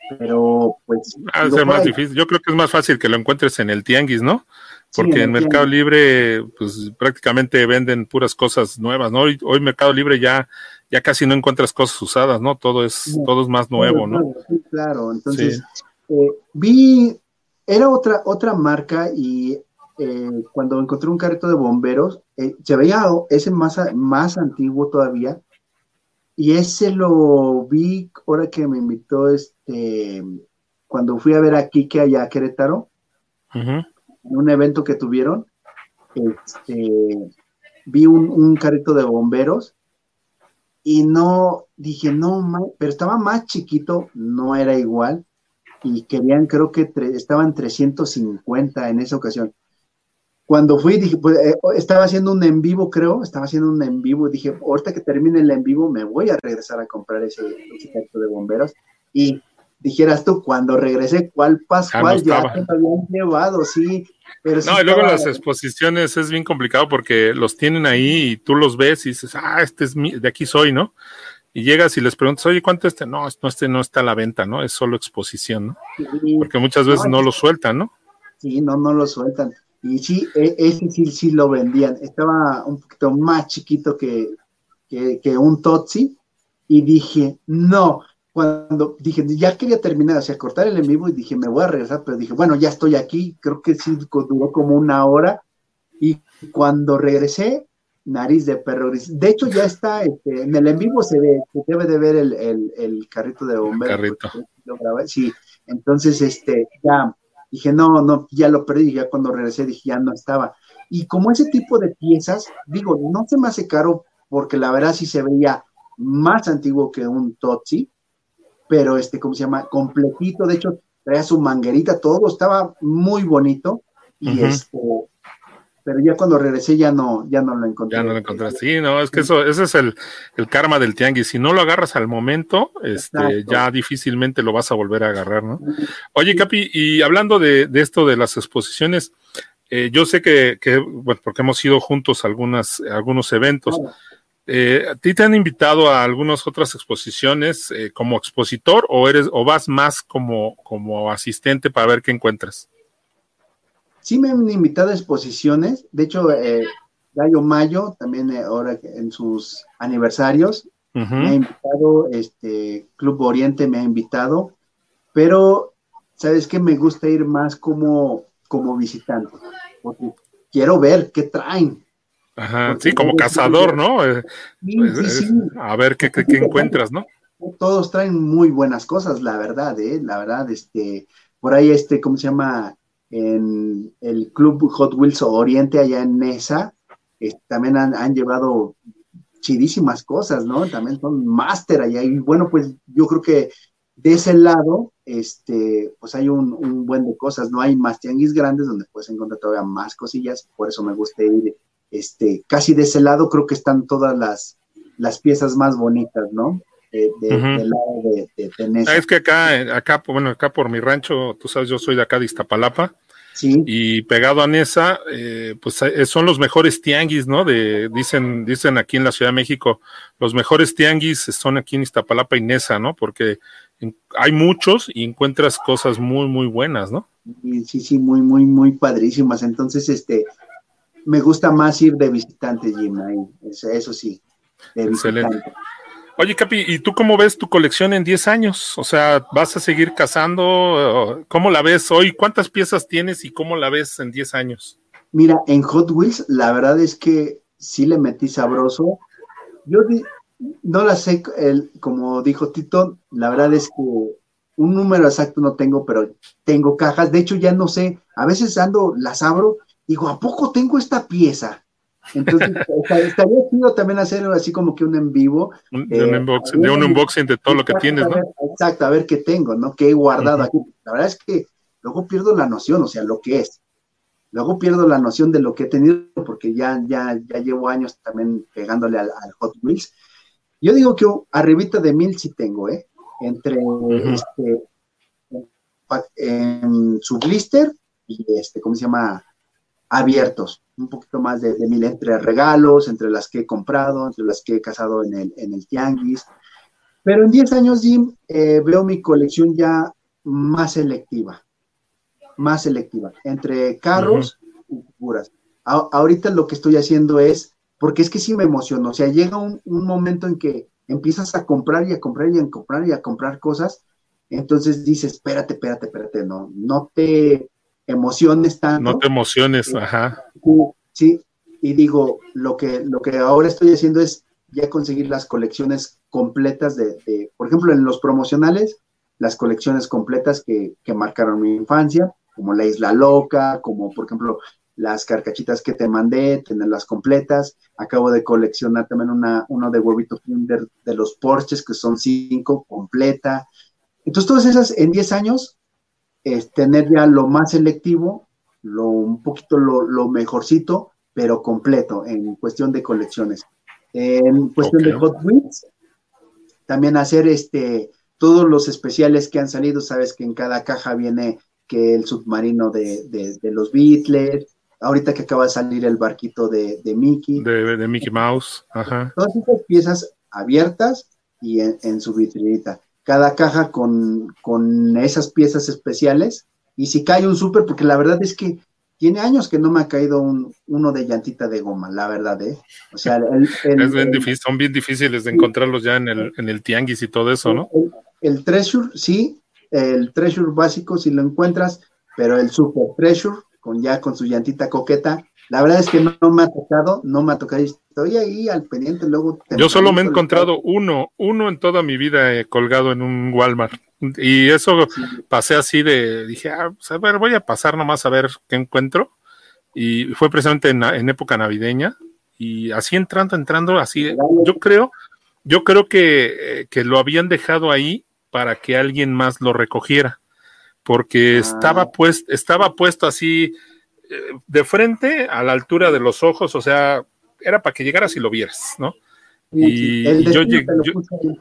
pero pues Ha de digo ser por más ahí, difícil. Yo creo que es más fácil que lo encuentres en el tianguis, ¿no? sí, en Porque en el Mercado tianguis, Libre, pues prácticamente venden puras cosas nuevas, ¿no? Hoy, hoy Mercado Libre ya, ya casi no encuentras cosas usadas, ¿no? Todo es, no, todo es más todo nuevo, es ¿no? nuevo, sí, claro, Sí. entonces eh, vi, era otra, otra marca y eh, cuando encontré un carrito de bomberos, eh, se veía ese más, a- más antiguo todavía, y ese lo vi ahora que me invitó este, cuando fui a ver a Kike allá a Querétaro, Ujú. en un evento que tuvieron, este, vi un, un carrito de bomberos y no, dije, no, ma- pero estaba más chiquito, no era igual, y querían, creo que tre- estaban trescientos cincuenta en esa ocasión. Cuando fui, dije, pues eh, estaba haciendo un en vivo, creo, estaba haciendo un en vivo, dije, ahorita que termine el en vivo, me voy a regresar a comprar ese, ese carro de bomberos. Y dijeras tú, cuando regresé, ¿cuál Ya no Pascual? Ya estaba. te lo habían llevado, sí, pero sí No, y luego en estaba, las exposiciones es bien complicado porque los tienen ahí y tú los ves y dices, ah, este es mi, de aquí soy, ¿no? Y llegas y les preguntas, oye, ¿cuánto este? No, no, este no está a la venta, ¿no? Es solo exposición, ¿no? sí, Porque muchas no, veces no lo sueltan, ¿no? sí, no, no lo sueltan. Y sí, e- ese sí, sí lo vendían. Estaba un poquito más chiquito que, que, que un Totsi. Y dije, no. Cuando dije, ya quería terminar, o sea, cortar el en vivo y dije, me voy a regresar, pero dije, bueno, ya estoy aquí. Creo que sí co- duró como una hora. Y cuando regresé, nariz de perro gris. De hecho, ya está, este, en el en vivo se ve, se debe de ver el, el, el carrito de El bomberos, porque carrito. lo grabé. Sí, entonces, este, ya dije, no, no, ya lo perdí. Ya cuando regresé dije, ya no estaba. Y como ese tipo de piezas, digo, no se me hace caro, porque la verdad sí se veía más antiguo que un Totsi, pero este, ¿cómo se llama? Completito, de hecho, traía su manguerita, todo estaba muy bonito. Y Ujú. este, pero ya cuando regresé ya no, ya no lo Ya no lo encontré. Eh, encontraste. Sí, no, es que eso, ese es el, el karma del tianguis. Si no lo agarras al momento, este, exacto. ya difícilmente lo vas a volver a agarrar, ¿no? Oye, Capi, y hablando de, de esto de las exposiciones, eh, yo sé que, que, bueno, porque hemos ido juntos a algunas, a algunos eventos. Claro. Eh, ¿A ti te han invitado a algunas otras exposiciones eh, como expositor o eres o vas más como, como asistente para ver qué encuentras? Sí me han invitado a exposiciones, de hecho, eh, Gallo Mayo, también eh, ahora que en sus aniversarios, me ha Ujú. invitado, este, Club Oriente me ha invitado, pero, ¿sabes qué? Me gusta ir más como, como visitante, porque quiero ver qué traen, Ajá, porque sí, como luego sí cazador, digo, ¿no? Eh, sí, pues, sí, sí, es- a ver qué, porque qué, qué fíjate, encuentras, ¿no? todos traen muy buenas cosas, la verdad, ¿eh? La verdad, este, por ahí este, ¿cómo se llama? En el Club Hot Wheels Oriente allá en Nesa, eh, también han, han llevado chidísimas cosas, ¿no? También son máster allá, y bueno, pues yo creo que de ese lado, este, pues hay un, un buen de cosas, ¿no? Hay más tianguis grandes donde puedes encontrar todavía más cosillas, por eso me gusta ir, este, casi de ese lado creo que están todas las, las piezas más bonitas, ¿no? De, de, Uh-huh. del lado de, de Tenesa. Es que acá, acá, bueno, acá por mi rancho, tú sabes, yo soy de acá de Iztapalapa, Sí. y pegado a Nesa, eh, pues eh, son los mejores tianguis, ¿no? De, dicen, dicen aquí en la Ciudad de México, los mejores tianguis son aquí en Iztapalapa y Nesa, ¿no? Porque en, hay muchos y encuentras cosas muy, muy buenas, ¿no? Sí, sí, sí, muy, muy, muy padrísimas. Entonces, este, me gusta más ir de visitante, Jim, ahí, eso, eso sí, de Excelente. visitante. Oye, Capi, ¿y tú cómo ves tu colección en diez años? O sea, ¿vas a seguir cazando? ¿Cómo la ves hoy? ¿Cuántas piezas tienes y cómo la ves en diez años? Mira, en Hot Wheels, la verdad es que sí le metí sabroso. Yo di, no la sé, el, como dijo Tito, la verdad es que un número exacto no tengo, pero tengo cajas. De hecho, ya no sé, a veces ando, las abro, digo, ¿a poco tengo esta pieza? Entonces, estaría chido también hacer así como que un en vivo. De un Eh, unboxing, de un unboxing de todo lo que tienes, a ¿no? ver, exacto, a ver qué tengo, ¿no? ¿Qué he guardado Uh-huh. aquí? La verdad es que luego pierdo la noción, o sea, lo que es. Luego pierdo la noción de lo que he tenido, porque ya, ya, ya llevo años también pegándole al, al Hot Wheels. Yo digo que arribita de mil sí tengo, ¿eh? Entre Uh-huh. este, en su blister y este, ¿cómo se llama? Abiertos, un poquito más de, de mil, entre regalos, entre las que he comprado, entre las que he cazado en el, en el tianguis. Pero en diez años, Jim, eh, veo mi colección ya más selectiva, más selectiva, entre carros uh-huh. y figuras. A, ahorita lo que estoy haciendo es, porque es que sí me emociono, o sea, llega un, un momento en que empiezas a comprar y a comprar y a comprar y a comprar cosas, entonces dices, espérate, espérate, espérate, no, no te emociones tanto. No te emociones, eh, ajá. Sí, y digo, lo que, lo que ahora estoy haciendo es ya conseguir las colecciones completas de, de por ejemplo, en los promocionales, las colecciones completas que, que marcaron mi infancia, como La Isla Loca, como por ejemplo las carcachitas que te mandé, tenerlas completas. Acabo de coleccionar también una, uno de Huevito Kinder de los Porsches, que son cinco, completa. Entonces, todas esas en diez años, es tener ya lo más selectivo, lo, un poquito lo, lo mejorcito, pero completo en cuestión de colecciones. En cuestión okay. de Hot Wheels, también hacer este todos los especiales que han salido, sabes que en cada caja viene que el submarino de, de, de los Beatles, ahorita que acaba de salir el barquito de, de Mickey. De, de Mickey Mouse, ajá. Todas esas piezas abiertas y en, en su vitrinita. Cada caja con, con esas piezas especiales, y si cae un súper, porque la verdad es que tiene años que no me ha caído un, uno de llantita de goma, la verdad, ¿eh? O sea, el, el, es bien el, difícil, son bien difíciles de encontrarlos ya en el, en el tianguis y todo eso, ¿no? El, el Treasure, sí, el Treasure básico si lo encuentras, pero el Super Treasure, con ya con su llantita coqueta, la verdad es que no, no me ha tocado, no me ha tocado, estoy ahí al pendiente, luego... Yo solo me he encontrado uno, uno en toda mi vida eh, colgado en un Walmart, y eso sí. Pasé así de, dije, ah, pues a ver, voy a pasar nomás a ver qué encuentro, y fue precisamente en, en época navideña, y así entrando, entrando, así, yo creo, yo creo que, que lo habían dejado ahí para que alguien más lo recogiera, porque ah. estaba, pues, estaba puesto así de frente a la altura de los ojos, o sea, era para que llegaras y lo vieras, ¿no? Y, el, y yo llegué, yo,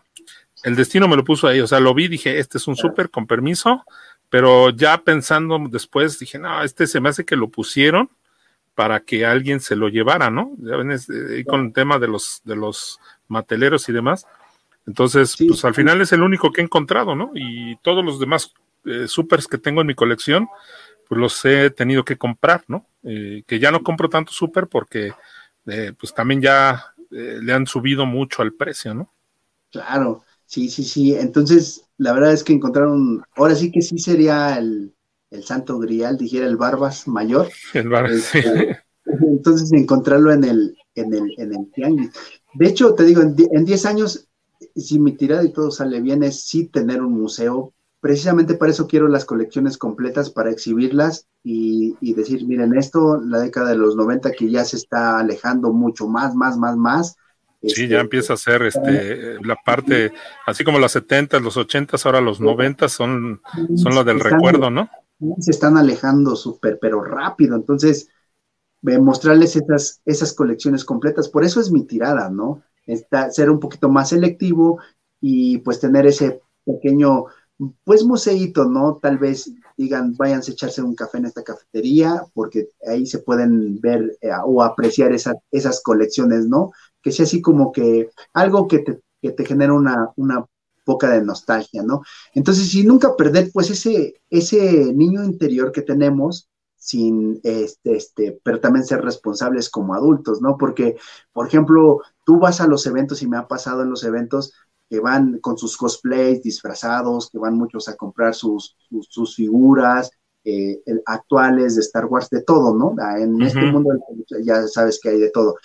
el destino me lo puso ahí, o sea, lo vi, dije, este es un súper, con permiso, pero ya pensando después, dije, no, este se me hace que lo pusieron para que alguien se lo llevara, ¿no? Ya ven, es, eh, con el tema de los, de los mateleros y demás. Entonces, sí, pues al sí. final es el único que he encontrado, ¿no? Y todos los demás eh, supers que tengo en mi colección, pues los he tenido que comprar, ¿no? Eh, que ya no compro tanto súper porque eh, pues también ya eh, le han subido mucho al precio, ¿no? Claro, sí, sí, sí. Entonces, la verdad es que encontraron, ahora sí que sí sería el, el santo grial, dijera el Barbas mayor. El Barbas, este, sí. Entonces, encontrarlo en el, en el, en el tianguis. De hecho, te digo, en diez años, si mi tirada y todo sale bien, es sí tener un museo. Precisamente para eso quiero las colecciones completas, para exhibirlas y, y decir, miren, esto, la década de los noventa que ya se está alejando mucho más, más, más, más, Sí, Este, ya empieza a ser este, la parte, así como los setentas, los ochentas, ahora los noventas son, son lo del están, recuerdo, ¿no? se están alejando súper, pero rápido. Entonces, eh, mostrarles esas, esas colecciones completas. Por eso es mi tirada, ¿no? Está, ser un poquito más selectivo y pues tener ese pequeño, pues museíto, ¿no? Tal vez digan, váyanse a echarse un café en esta cafetería, porque ahí se pueden ver eh, o apreciar esa, esas colecciones, ¿no? Que sea así como que algo que te, que te genera una, una poca de nostalgia, ¿no? Entonces, si nunca perder, pues ese, ese niño interior que tenemos, sin este, este, pero también ser responsables como adultos, ¿no? Porque, por ejemplo, tú vas a los eventos y me ha pasado en los eventos que van con sus cosplays disfrazados, que van muchos a comprar sus, sus, sus figuras eh, actuales de Star Wars, de todo, ¿no? En uh-huh. Este mundo ya sabes que hay de todo.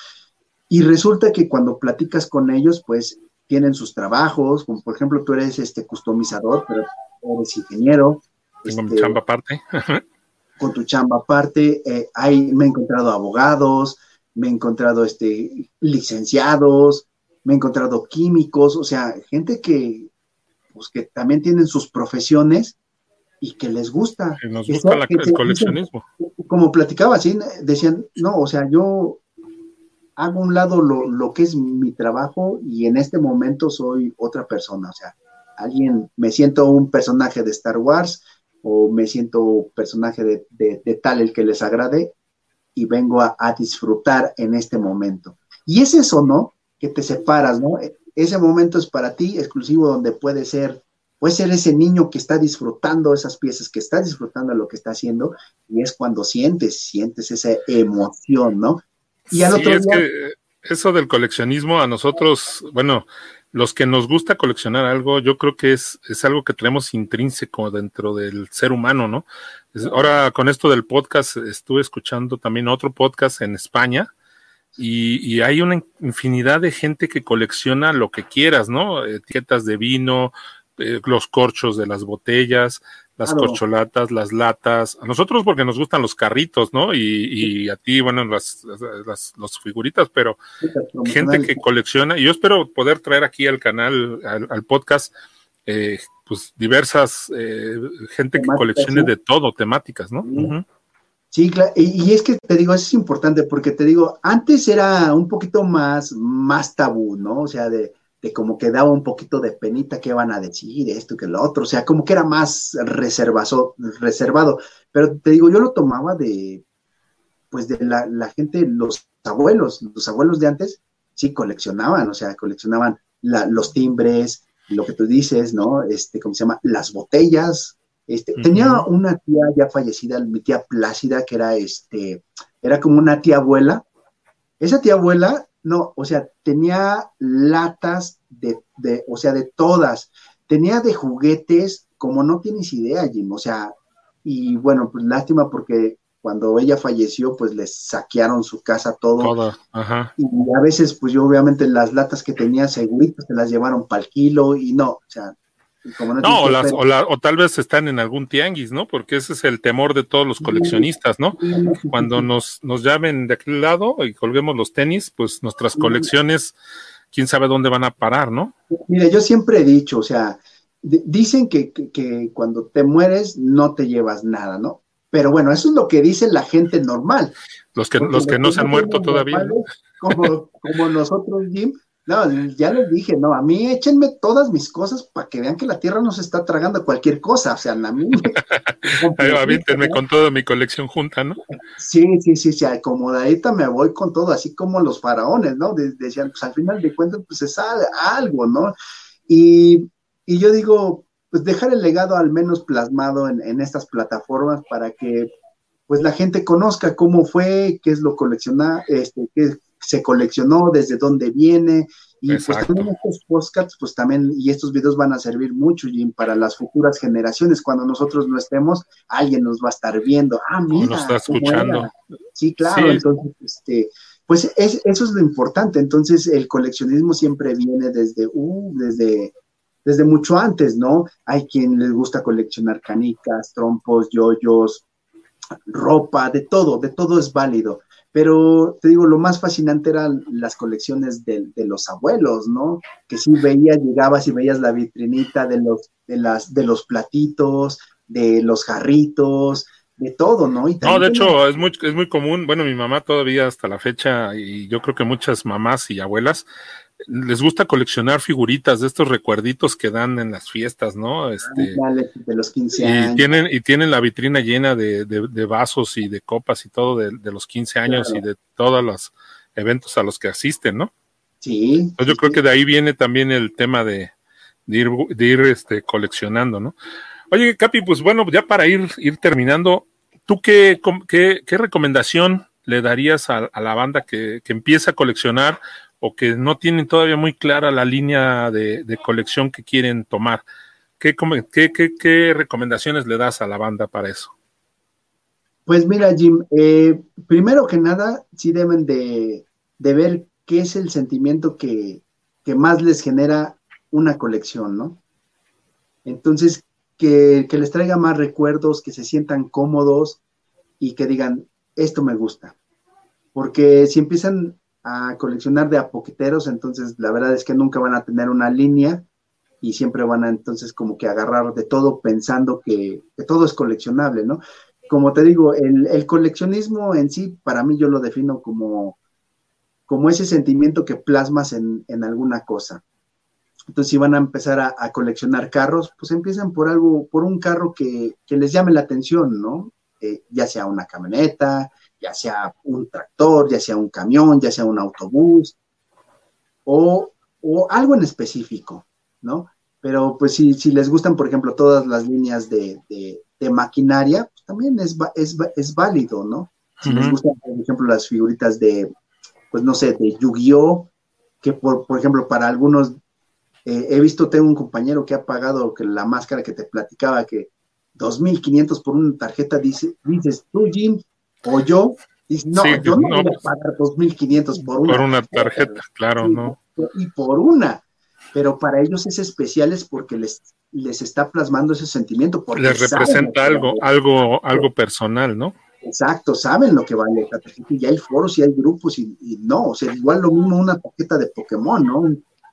Y resulta que cuando platicas con ellos, pues tienen sus trabajos, como por ejemplo tú eres este customizador, pero eres ingeniero. Tengo este, mi chamba aparte. Con tu chamba aparte, eh, hay, me he encontrado abogados, me he encontrado este, licenciados, me he encontrado químicos, o sea, gente que, pues, que también tienen sus profesiones y que les gusta. Que nos gusta la, el coleccionismo. Dicen, como platicaba, ¿sí? Decían, no, o sea, yo hago a un lado lo, lo que es mi trabajo y en este momento soy otra persona, o sea, alguien, me siento un personaje de Star Wars, o me siento personaje de, de, de tal el que les agrade y vengo a, a disfrutar en este momento. Y es eso, ¿no? Que te separas, ¿no? Ese momento es para ti, exclusivo, donde puede ser, puede ser ese niño que está disfrutando esas piezas, que está disfrutando lo que está haciendo, y es cuando sientes, sientes esa emoción, ¿no? Y al sí, otro es día, que eso del coleccionismo a nosotros, bueno, los que nos gusta coleccionar algo, yo creo que es, es algo que tenemos intrínseco dentro del ser humano, ¿no? Es, ahora con esto del podcast, estuve escuchando también otro podcast en España y, y hay una infinidad de gente que colecciona lo que quieras, ¿no? Etiquetas de vino, eh, los corchos de las botellas, las claro. corcholatas, las latas, a nosotros porque nos gustan los carritos, ¿no? Y, y a ti, bueno, las, las, las, las figuritas, pero sí, gente que colecciona, y yo espero poder traer aquí al canal, al, al podcast, eh, pues diversas, eh, gente temáticas, que coleccione sí. de todo, temáticas, ¿no? Sí, uh-huh. sí claro, y, y es que te digo, eso es importante, porque te digo, antes era un poquito más, más tabú, ¿no? O sea, de de como que daba un poquito de penita qué van a decir, esto que lo otro, o sea, como que era más reservazo, reservado, pero te digo, yo lo tomaba de, pues de la, la gente, los abuelos, los abuelos de antes, sí coleccionaban, o sea, coleccionaban la, los timbres, lo que tú dices, ¿no? Este, ¿cómo se llama? Las botellas, este, uh-huh. Tenía una tía ya fallecida, mi tía Plácida, que era, este, era como una tía abuela, esa tía abuela, no, o sea, tenía latas de, de, o sea, de todas, tenía de juguetes, como no tienes idea, Jim, o sea, y bueno, pues lástima porque cuando ella falleció, pues les saquearon su casa todo, todo. Ajá. Y a veces, pues yo obviamente las latas que tenía seguritas se las llevaron para el kilo, y no, o sea, como no, no o, las, o, la, o tal vez están en algún tianguis, ¿no? Porque ese es el temor de todos los coleccionistas, ¿no? Cuando nos, nos llamen de aquel lado y colguemos los tenis, pues nuestras colecciones, quién sabe dónde van a parar, ¿no? Mira, yo siempre he dicho, o sea, d- dicen que, que, que cuando te mueres no te llevas nada, ¿no? Pero bueno, eso es lo que dice la gente normal. Los que, los que no se han muerto todavía. ¿No? Como, como nosotros, Jim. No, ya les dije, no, a mí échenme todas mis cosas para que vean que la tierra no se está tragando cualquier cosa, o sea, a mí... Avíntenme con toda mi colección junta, ¿no? Sí, sí, sí, sí, acomodadita me voy con todo, así como los faraones, ¿no? De, decían, pues al final de cuentas, pues es algo, ¿no? Y, y yo digo, pues dejar el legado al menos plasmado en, en estas plataformas para que, pues la gente conozca cómo fue, qué es lo coleccionar, este, qué se coleccionó, desde dónde viene, y Exacto. Pues también estos podcasts, pues también, y estos videos van a servir mucho, Jim, para las futuras generaciones, cuando nosotros no estemos, alguien nos va a estar viendo, ah, mira, nos está escuchando. Era. Sí, claro, sí. Entonces, este, pues es, eso es lo importante, entonces el coleccionismo siempre viene desde, uh, desde, desde mucho antes, ¿no? Hay quien les gusta coleccionar canicas, trompos, yoyos, ropa, de todo, de todo es válido. Pero te digo, lo más fascinante eran las colecciones de, de los abuelos, ¿no? Que sí veías, llegabas y veías la vitrinita de los, de las, de los platitos, de los jarritos, de todo, ¿no? Y No, también de tenían, hecho, es muy, es muy común. Bueno, mi mamá todavía hasta la fecha, y yo creo que muchas mamás y abuelas, les gusta coleccionar figuritas de estos recuerditos que dan en las fiestas, ¿no? Este, de los quince y años, tienen, y tienen la vitrina llena de, de, de vasos y de copas y todo de, de los quince años y claro. de todos los eventos a los que asisten, ¿no? Sí, Entonces sí, yo creo sí. que de ahí viene también el tema de, de ir, de ir este, coleccionando, ¿no? Oye, Capi, pues bueno, ya para ir, ir terminando, ¿tú qué, qué, qué recomendación le darías a, a la banda que, que empieza a coleccionar o que no tienen todavía muy clara la línea de, de colección que quieren tomar? ¿Qué, qué, qué, ¿Qué recomendaciones le das a la banda para eso? Pues mira, Jim, eh, primero que nada, sí deben de, de ver qué es el sentimiento que, que más les genera una colección, ¿no? Entonces, que, que les traiga más recuerdos, que se sientan cómodos y que digan, esto me gusta. Porque si empiezan a coleccionar de a poquiteros, entonces la verdad es que nunca van a tener una línea y siempre van a entonces como que agarrar de todo pensando que, que todo es coleccionable, ¿no? Como te digo, el, el, coleccionismo en sí, para mí yo lo defino como, como ese sentimiento que plasmas en, en alguna cosa. Entonces, si van a empezar a, a, coleccionar carros, pues empiezan por algo, por un carro que, que les llame la atención, ¿no? Eh, ya sea una camioneta, ya sea un tractor, ya sea un camión, ya sea un autobús, o, o algo en específico, ¿no? Pero pues si, si les gustan, por ejemplo, todas las líneas de, de, de maquinaria, pues también es, es, es válido, ¿no? Si uh-huh. les gustan, por ejemplo, las figuritas de, pues no sé, de Yu-Gi-Oh, que por, por ejemplo, para algunos, eh, he visto, tengo un compañero que ha pagado que la máscara que te platicaba, que dos mil quinientos por una tarjeta, dice, dices tú, Jim, o yo, dices, no, sí, yo no, no voy a pagar dos mil quinientos por una, por una tarjeta, tarjeta claro, sí, ¿no? Y por una, pero para ellos es especial es porque les, les está plasmando ese sentimiento. Porque les representa algo, algo, algo personal, ¿no? Exacto, saben lo que vale la tarjeta y hay foros y hay grupos y, y no, o sea, igual lo mismo una tarjeta de Pokémon, ¿no?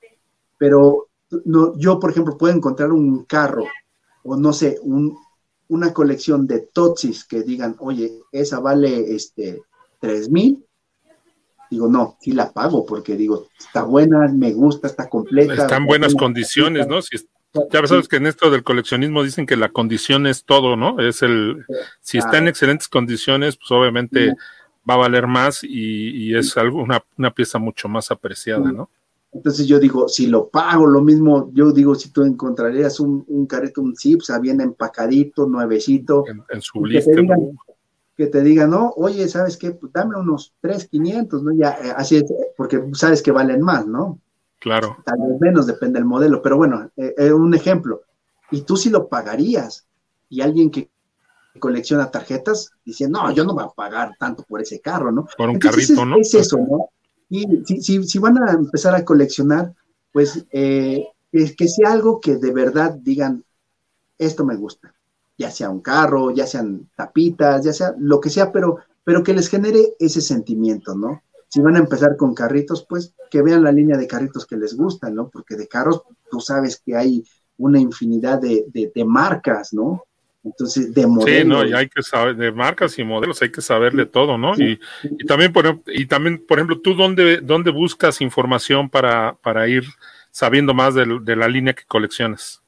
Pero no, yo, por ejemplo, puedo encontrar un carro o no sé, un, una colección de Totsis que digan, oye, esa vale este tres mil. Digo, no, sí la pago porque digo, está buena, me gusta, está completa. Está en buenas condiciones, ¿no? Si, ya sabes sí. que en esto del coleccionismo dicen que la condición es todo, ¿no? Es el, si está en excelentes condiciones, pues obviamente sí. va a valer más y, y es algo, una, una pieza mucho más apreciada, ¿no? Entonces yo digo, si lo pago, lo mismo, yo digo, si tú encontrarías un, un carrito, un zip, o sea, bien empacadito, nuevecito. En, en su lista, ¿no? Que te digan, no, oye, ¿sabes qué? Pues dame unos tres mil quinientos, ¿no? Ya, eh, así es, porque sabes que valen más, ¿no? Claro. Tal vez menos, depende del modelo, pero bueno, eh, eh, un ejemplo. Y tú sí lo pagarías. Y alguien que colecciona tarjetas dice, no, yo no voy a pagar tanto por ese carro, ¿no? Por un Entonces carrito, es, ¿no? Es eso, ¿no? Y si, si, si van a empezar a coleccionar, pues eh, que, que sea algo que de verdad digan, esto me gusta. Ya sea un carro, ya sean tapitas, ya sea lo que sea, pero, pero que les genere ese sentimiento, ¿no? Si van a empezar con carritos, pues que vean la línea de carritos que les gustan, ¿no? Porque de carros, tú sabes que hay una infinidad de, de, de marcas, ¿no? Entonces, de modelos. Sí, no, y hay que saber, de marcas y modelos, hay que saberle sí, todo, ¿no? Sí, y, sí. y también, por, y también, por ejemplo, ¿tú dónde, dónde buscas información para, para ir sabiendo más de, de la línea que coleccionas?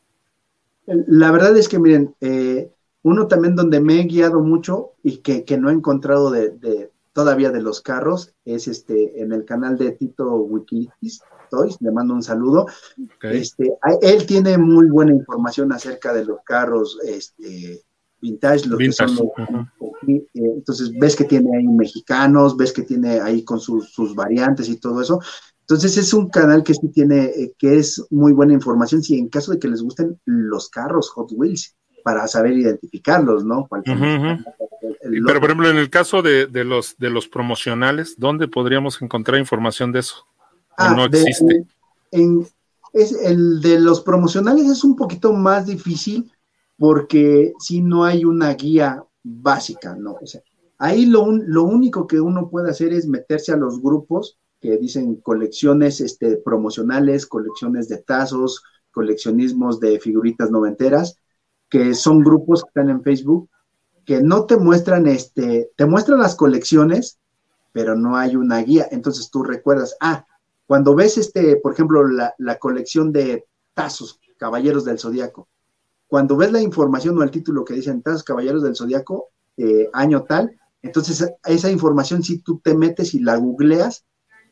La verdad es que, miren, eh, uno también donde me he guiado mucho y que, que no he encontrado de, de, todavía de los carros es este en el canal de Tito Wikileaks Toys, le mando un saludo. Okay. Este, él tiene muy buena información acerca de los carros este, vintage, los vintage. que son los, uh-huh. eh, entonces ves que tiene ahí mexicanos, ves que tiene ahí con sus, sus variantes y todo eso. Entonces es un canal que sí tiene, eh, que es muy buena información, si en caso de que les gusten los carros Hot Wheels, para saber identificarlos, ¿no? Uh-huh. El, el Pero, por ejemplo, en el caso de, de, los, de los promocionales, ¿dónde podríamos encontrar información de eso? ¿O ah, no existe? De, en, es, el de los promocionales es un poquito más difícil porque si no hay una guía básica, ¿no? O sea, ahí lo, un, lo único que uno puede hacer es meterse a los grupos que dicen colecciones este, promocionales, colecciones de tazos, coleccionismos de figuritas noventeras, que son grupos que están en Facebook, que no te muestran, este, te muestran las colecciones, pero no hay una guía. Entonces tú recuerdas, ah, cuando ves, este, por ejemplo, la, la colección de tazos, Caballeros del Zodíaco, cuando ves la información o el título que dicen tazos, Caballeros del Zodíaco, eh, año tal, entonces esa información si tú te metes y la googleas,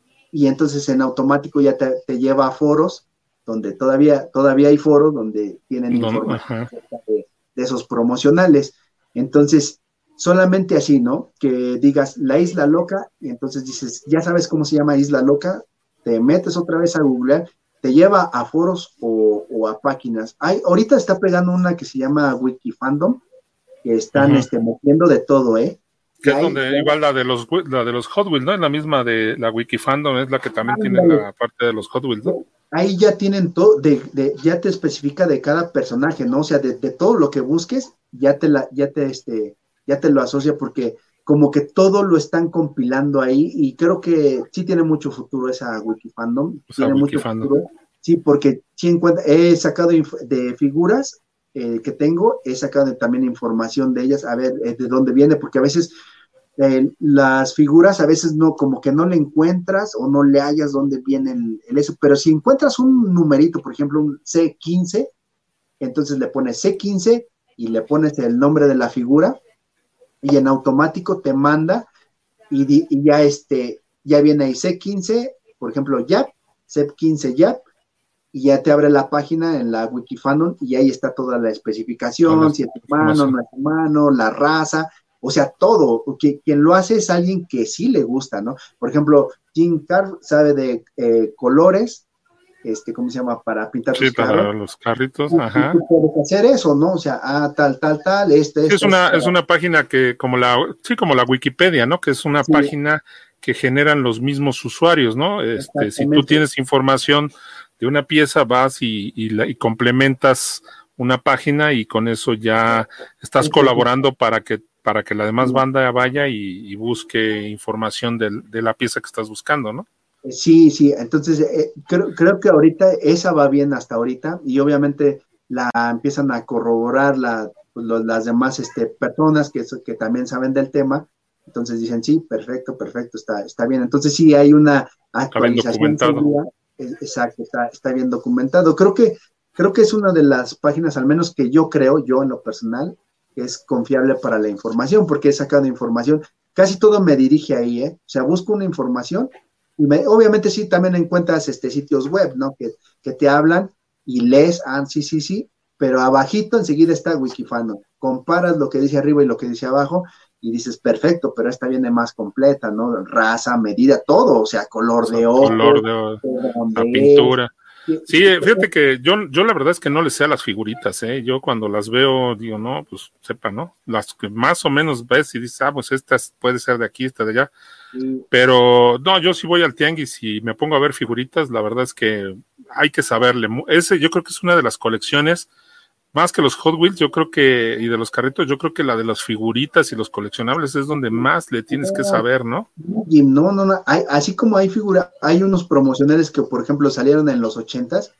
y entonces en automático ya te, te lleva a foros, donde todavía, todavía hay foros donde tienen no, información de, de esos promocionales. Entonces, solamente así, ¿no? Que digas la Isla Loca, y entonces dices, ya sabes cómo se llama Isla Loca, te metes otra vez a googlear, te lleva a foros o, o a páginas. Hay, ahorita está pegando una que se llama Wikifandom, que están uh-huh. este, metiendo de todo, ¿eh? Que es hay, donde, eh, igual la de los la de los Hot Wheels, ¿no? Es la misma de la Wikifandom, es la que también ah, tiene vale. la parte de los Hot Wheels, ¿no? Ahí ya tienen todo, de, de, ya te especifica de cada personaje, ¿no? O sea, de, de todo lo que busques, ya te la, ya te, este, ya te lo asocia, porque como que todo lo están compilando ahí, y creo que sí tiene mucho futuro esa Wikifandom. O sea, tiene Wikifandom. Mucho futuro, sí, porque sí encuentra, he sacado inf- de figuras eh, que tengo, he sacado también información de ellas, a ver eh, de dónde viene, porque a veces eh, las figuras a veces no, como que no le encuentras o no le hallas dónde viene el, el eso, pero si encuentras un numerito, por ejemplo un C quince, entonces le pones C quince y le pones el nombre de la figura y en automático te manda y, di, y ya este, ya viene ahí C quince, por ejemplo Yap, C quince Yap, y ya te abre la página en la Wikifandom y ahí está toda la especificación, si es humano, no es humano, la raza, o sea, todo. Que, quien lo hace es alguien que sí le gusta, ¿no? Por ejemplo, Jim Carr sabe de eh, colores, este, ¿cómo se llama? Para pintar sí, tus para carros. los carritos, y, ajá. Y tú puedes hacer eso, ¿no? O sea, ah, tal, tal, tal, este, sí, este. Es una, este. es una página que, como la, sí, como la Wikipedia, ¿no? Que es una sí. página que generan los mismos usuarios, ¿no? Este, si tú tienes información de una pieza, vas y, y, la, y complementas una página y con eso ya estás sí, colaborando sí. para que para que la demás sí. banda vaya y, y busque información de, de la pieza que estás buscando, ¿no? Sí, sí, entonces eh, creo, creo que ahorita esa va bien hasta ahorita y obviamente la empiezan a corroborar la, pues, los, las demás este, personas que, que también saben del tema, entonces dicen sí, perfecto, perfecto, está, está bien, entonces sí hay una actualización. Está bien documentado. Exacto, está, está bien documentado. Creo que, creo que es una de las páginas, al menos que yo creo, yo en lo personal, que es confiable para la información, porque he sacado información, casi todo me dirige ahí, ¿eh? O sea, busco una información y me, obviamente sí, también encuentras este, sitios web, ¿no? Que, que te hablan y lees, ah, sí, sí, sí, pero abajito enseguida está Wikifandom. Comparas lo que dice arriba y lo que dice abajo y dices, perfecto, pero esta viene más completa, ¿no? Raza, medida, todo, o sea, color o sea, de ojo. Color de ojo, la pintura. Sí, fíjate que yo, yo la verdad es que no le sé a las figuritas, ¿eh? Yo cuando las veo digo, no, pues sepa, ¿no? Las que más o menos ves y dices, ah, pues esta puede ser de aquí, esta de allá. Sí. Pero no, yo sí voy al tianguis y me pongo a ver figuritas, la verdad es que hay que saberle. Ese yo creo que es una de las colecciones, más que los Hot Wheels, yo creo que, y de los carritos, yo creo que la de las figuritas y los coleccionables es donde más le tienes que saber, ¿no? No, no, no, hay, así como hay figura, hay unos promocionales que, por ejemplo, salieron en los ochentas,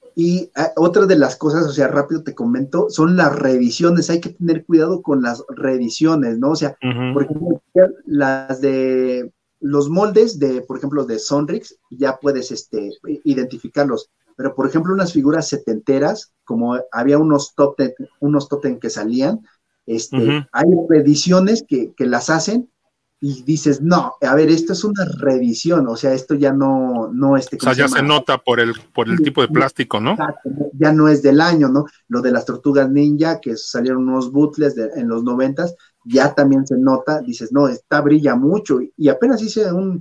y eh, otra de las cosas, o sea, rápido te comento, son las revisiones, hay que tener cuidado con las revisiones, ¿no? O sea, uh-huh. por ejemplo, las de los moldes de, por ejemplo, de Sonrix, ya puedes este, identificarlos. Pero, por ejemplo, unas figuras setenteras, como había unos totem, unos totem que salían, este, uh-huh. hay reediciones que, que las hacen y dices, no, a ver, esto es una reedición, o sea, esto ya no, no este, o sea, ya se, se nota por el, por el tipo de plástico, ¿no? Ya no es del año, ¿no? Lo de las Tortugas Ninja, que salieron unos bootlegs de, en los noventas, ya también se nota, dices, no, esta brilla mucho, y apenas hice un...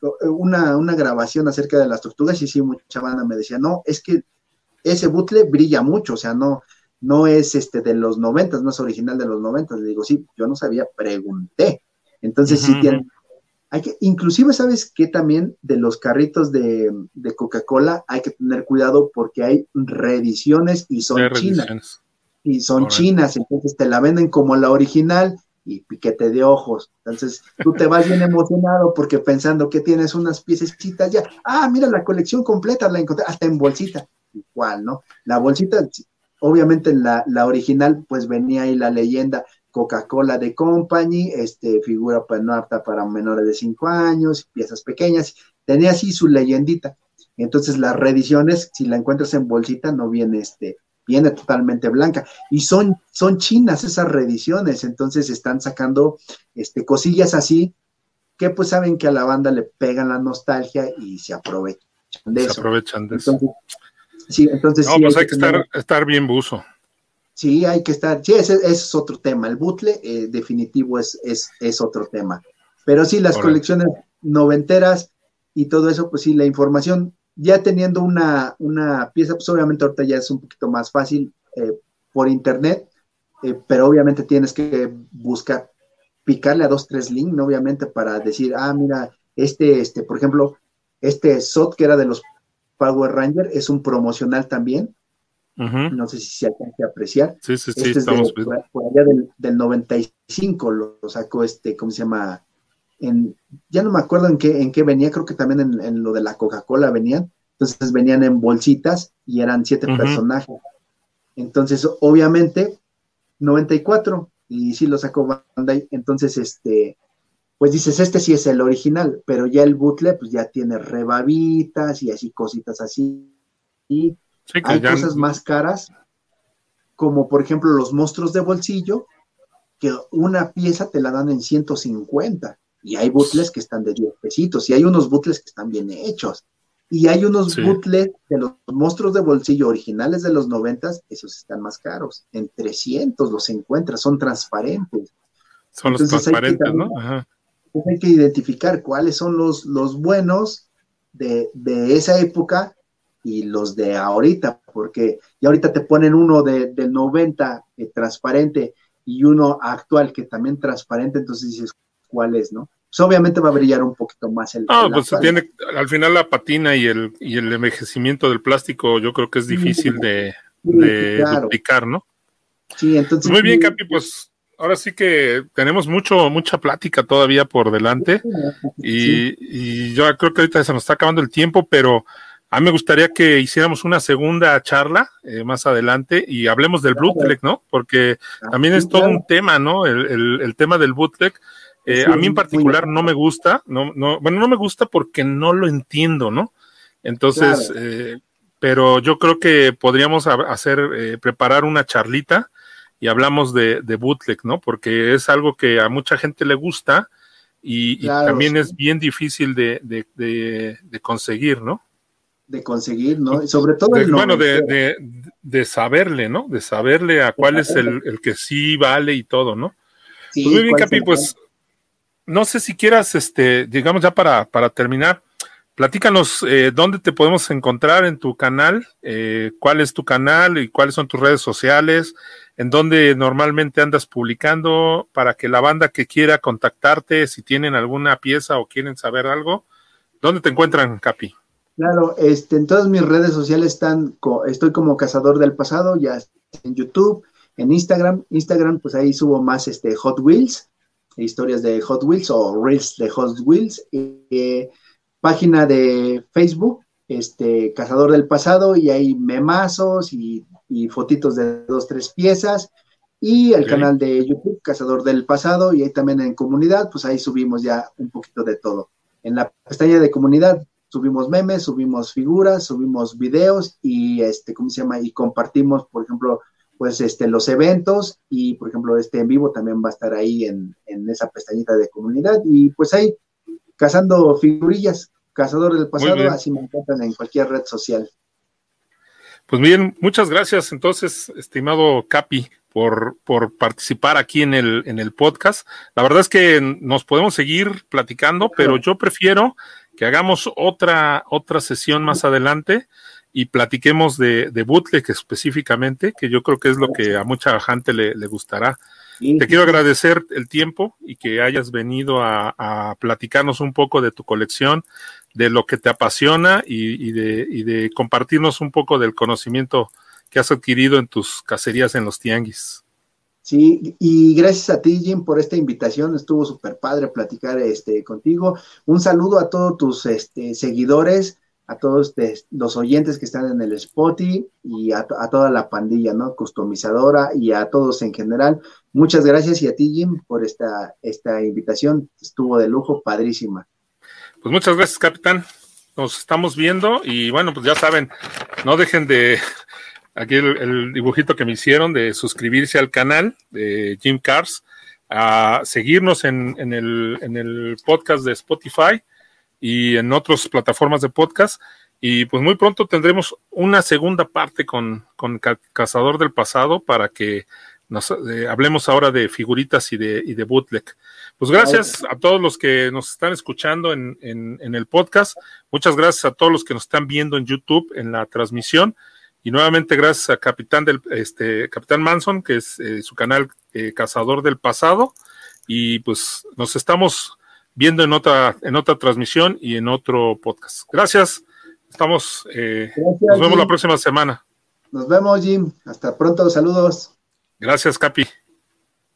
Una, una grabación acerca de las tortugas y sí, mucha banda me decía, no, es que ese bootleg brilla mucho, o sea, no, no es este de los noventas, no es original de los noventas. Le digo, sí, yo no sabía, pregunté. Entonces uh-huh. sí tienen, hay que, inclusive, ¿sabes qué? También de los carritos de, de Coca-Cola hay que tener cuidado porque hay reediciones y son chinas. Y son Correcto. chinas, entonces te la venden como la original y piquete de ojos. Entonces, tú te vas bien emocionado porque pensando que tienes unas piececitas ya. Ah, mira, la colección completa la encontré, hasta en bolsita. Igual, ¿no? La bolsita, obviamente la, la original, pues venía ahí la leyenda Coca-Cola de Company, este, figura pues, no apta para menores de cinco años, piezas pequeñas. Tenía así su leyendita. Entonces, las reediciones, si la encuentras en bolsita, no viene este viene totalmente blanca, y son, son chinas esas reediciones, entonces están sacando este, cosillas así, que pues saben que a la banda le pegan la nostalgia y se aprovechan de se eso. aprovechan de entonces, eso. Sí, entonces no, sí. pues hay, hay que, que estar, estar bien buzo. Sí, hay que estar, sí, ese, ese es otro tema, el butle eh, definitivo es, es, es otro tema, pero sí, las Órale. colecciones noventeras y todo eso, pues sí, la información, ya teniendo una, una pieza, pues obviamente ahorita ya es un poquito más fácil eh, por internet, eh, pero obviamente tienes que buscar, picarle a dos, tres links, ¿no? Obviamente para decir, ah, mira, este, este, por ejemplo, este S O T que era de los Power Rangers es un promocional también. Uh-huh. No sé si se alcance a apreciar. Sí, sí, sí, este es de, viendo. por, por allá del, del noventa y cinco, lo, lo sacó este, ¿cómo se llama? En, ya no me acuerdo en qué, en qué venía, creo que también en, en lo de la Coca-Cola venían, entonces venían en bolsitas y eran siete uh-huh. personajes. Entonces, obviamente, noventa y cuatro, y sí lo sacó Bandai, entonces, este, pues dices, este sí es el original, pero ya el bootleg, pues ya tiene rebabitas y así cositas así, y sí, hay ya... cosas más caras, como por ejemplo los monstruos de bolsillo, que una pieza te la dan en ciento cincuenta, y hay bootlegs que están de diez pesitos, y hay unos bootlegs que están bien hechos, y hay unos sí. bootlegs de los monstruos de bolsillo originales de los noventas, esos están más caros, en trescientos los encuentras, son transparentes. Son Entonces, los transparentes, también, ¿no? Ajá. Hay que identificar cuáles son los, los buenos de, de esa época y los de ahorita, porque ya ahorita te ponen uno de, del noventa eh, transparente y uno actual que también transparente, entonces dices, ¿cuál es, no? Pues obviamente va a brillar un poquito más el No, el pues actual, tiene, ¿no? Al final la patina y el, y el envejecimiento del plástico yo creo que es difícil de, sí, de claro. duplicar, ¿no? Sí, entonces... Pues muy bien, Capi, pues ahora sí que tenemos mucho, mucha plática todavía por delante y, sí. y yo creo que ahorita se nos está acabando el tiempo, pero a mí me gustaría que hiciéramos una segunda charla eh, más adelante y hablemos del claro. bootleg, ¿no? Porque también sí, es todo claro. un tema, ¿no? El, el, el tema del bootleg. Eh, sí, a mí en particular no me gusta, no, no, bueno, no me gusta porque no lo entiendo, ¿no? Entonces, claro. eh, pero yo creo que podríamos hacer, eh, preparar una charlita y hablamos de, de bootleg, ¿no? Porque es algo que a mucha gente le gusta y, claro, y también sí. es bien difícil de, de, de, de conseguir, ¿no? De conseguir, ¿no? Y sobre todo de, el bueno, de, de, de saberle, ¿no? De saberle a cuál es el, el que sí vale y todo, ¿no? Sí, pues muy bien, Capi, pues no sé si quieras, este, digamos ya para, para terminar, platícanos eh, dónde te podemos encontrar en tu canal, eh, cuál es tu canal y cuáles son tus redes sociales, en dónde normalmente andas publicando para que la banda que quiera contactarte, si tienen alguna pieza o quieren saber algo, ¿dónde te encuentran, Capi? Claro, este, en todas mis redes sociales están, estoy como Cazador del Pasado, ya en YouTube, en Instagram, Instagram pues ahí subo más este Hot Wheels, historias de Hot Wheels o Reels de Hot Wheels, eh, página de Facebook, este, Cazador del Pasado, y hay memazos y, y fotitos de dos, tres piezas, y el okay. canal de YouTube, Cazador del Pasado, y ahí también en comunidad, pues ahí subimos ya un poquito de todo. En la pestaña de comunidad subimos memes, subimos figuras, subimos videos, y este, ¿cómo se llama? Y compartimos, por ejemplo, pues este, los eventos, y por ejemplo este en vivo también va a estar ahí en, en esa pestañita de comunidad, y pues ahí cazando figurillas, Cazador del Pasado, así me encuentran en cualquier red social. Pues bien, muchas gracias entonces, estimado Capi, por, por participar aquí en el, en el podcast. La verdad es que nos podemos seguir platicando, claro. pero yo prefiero que hagamos otra, otra sesión más adelante y platiquemos de, de bootleg específicamente, que yo creo que es lo que a mucha gente le, le gustará. Sí, Te sí, quiero sí. agradecer el tiempo y que hayas venido a, a platicarnos un poco de tu colección, de lo que te apasiona y, y, de, y de compartirnos un poco del conocimiento que has adquirido en tus cacerías en los tianguis. Sí, y gracias a ti, Jim, por esta invitación. Estuvo súper padre platicar este, contigo. Un saludo a todos tus este, seguidores, a todos este, los oyentes que están en el Spotify y a, a toda la pandilla, ¿no? Customizadora y a todos en general. Muchas gracias y a ti, Jim, por esta, esta invitación. Estuvo de lujo, padrísima. Pues muchas gracias, capitán. Nos estamos viendo y bueno, pues ya saben, no dejen de... Aquí el, el dibujito que me hicieron de suscribirse al canal de Jim Cars, a seguirnos en, en, el, en el podcast de Spotify y en otras plataformas de podcast. Y pues muy pronto tendremos una segunda parte con, con Cazador del Pasado para que nos eh, hablemos ahora de figuritas y de, y de bootleg. Pues gracias a todos los que nos están escuchando en, en, en el podcast. Muchas gracias a todos los que nos están viendo en YouTube en la transmisión. Y nuevamente gracias a Capitán del este Capitán Manson, que es eh, su canal eh, Cazador del Pasado. Y pues nos estamos viendo en otra, en otra transmisión y en otro podcast. Gracias. Estamos, eh, Gracias, nos vemos Jim. La próxima semana. Nos vemos, Jim. Hasta pronto. Saludos. Gracias, Capi.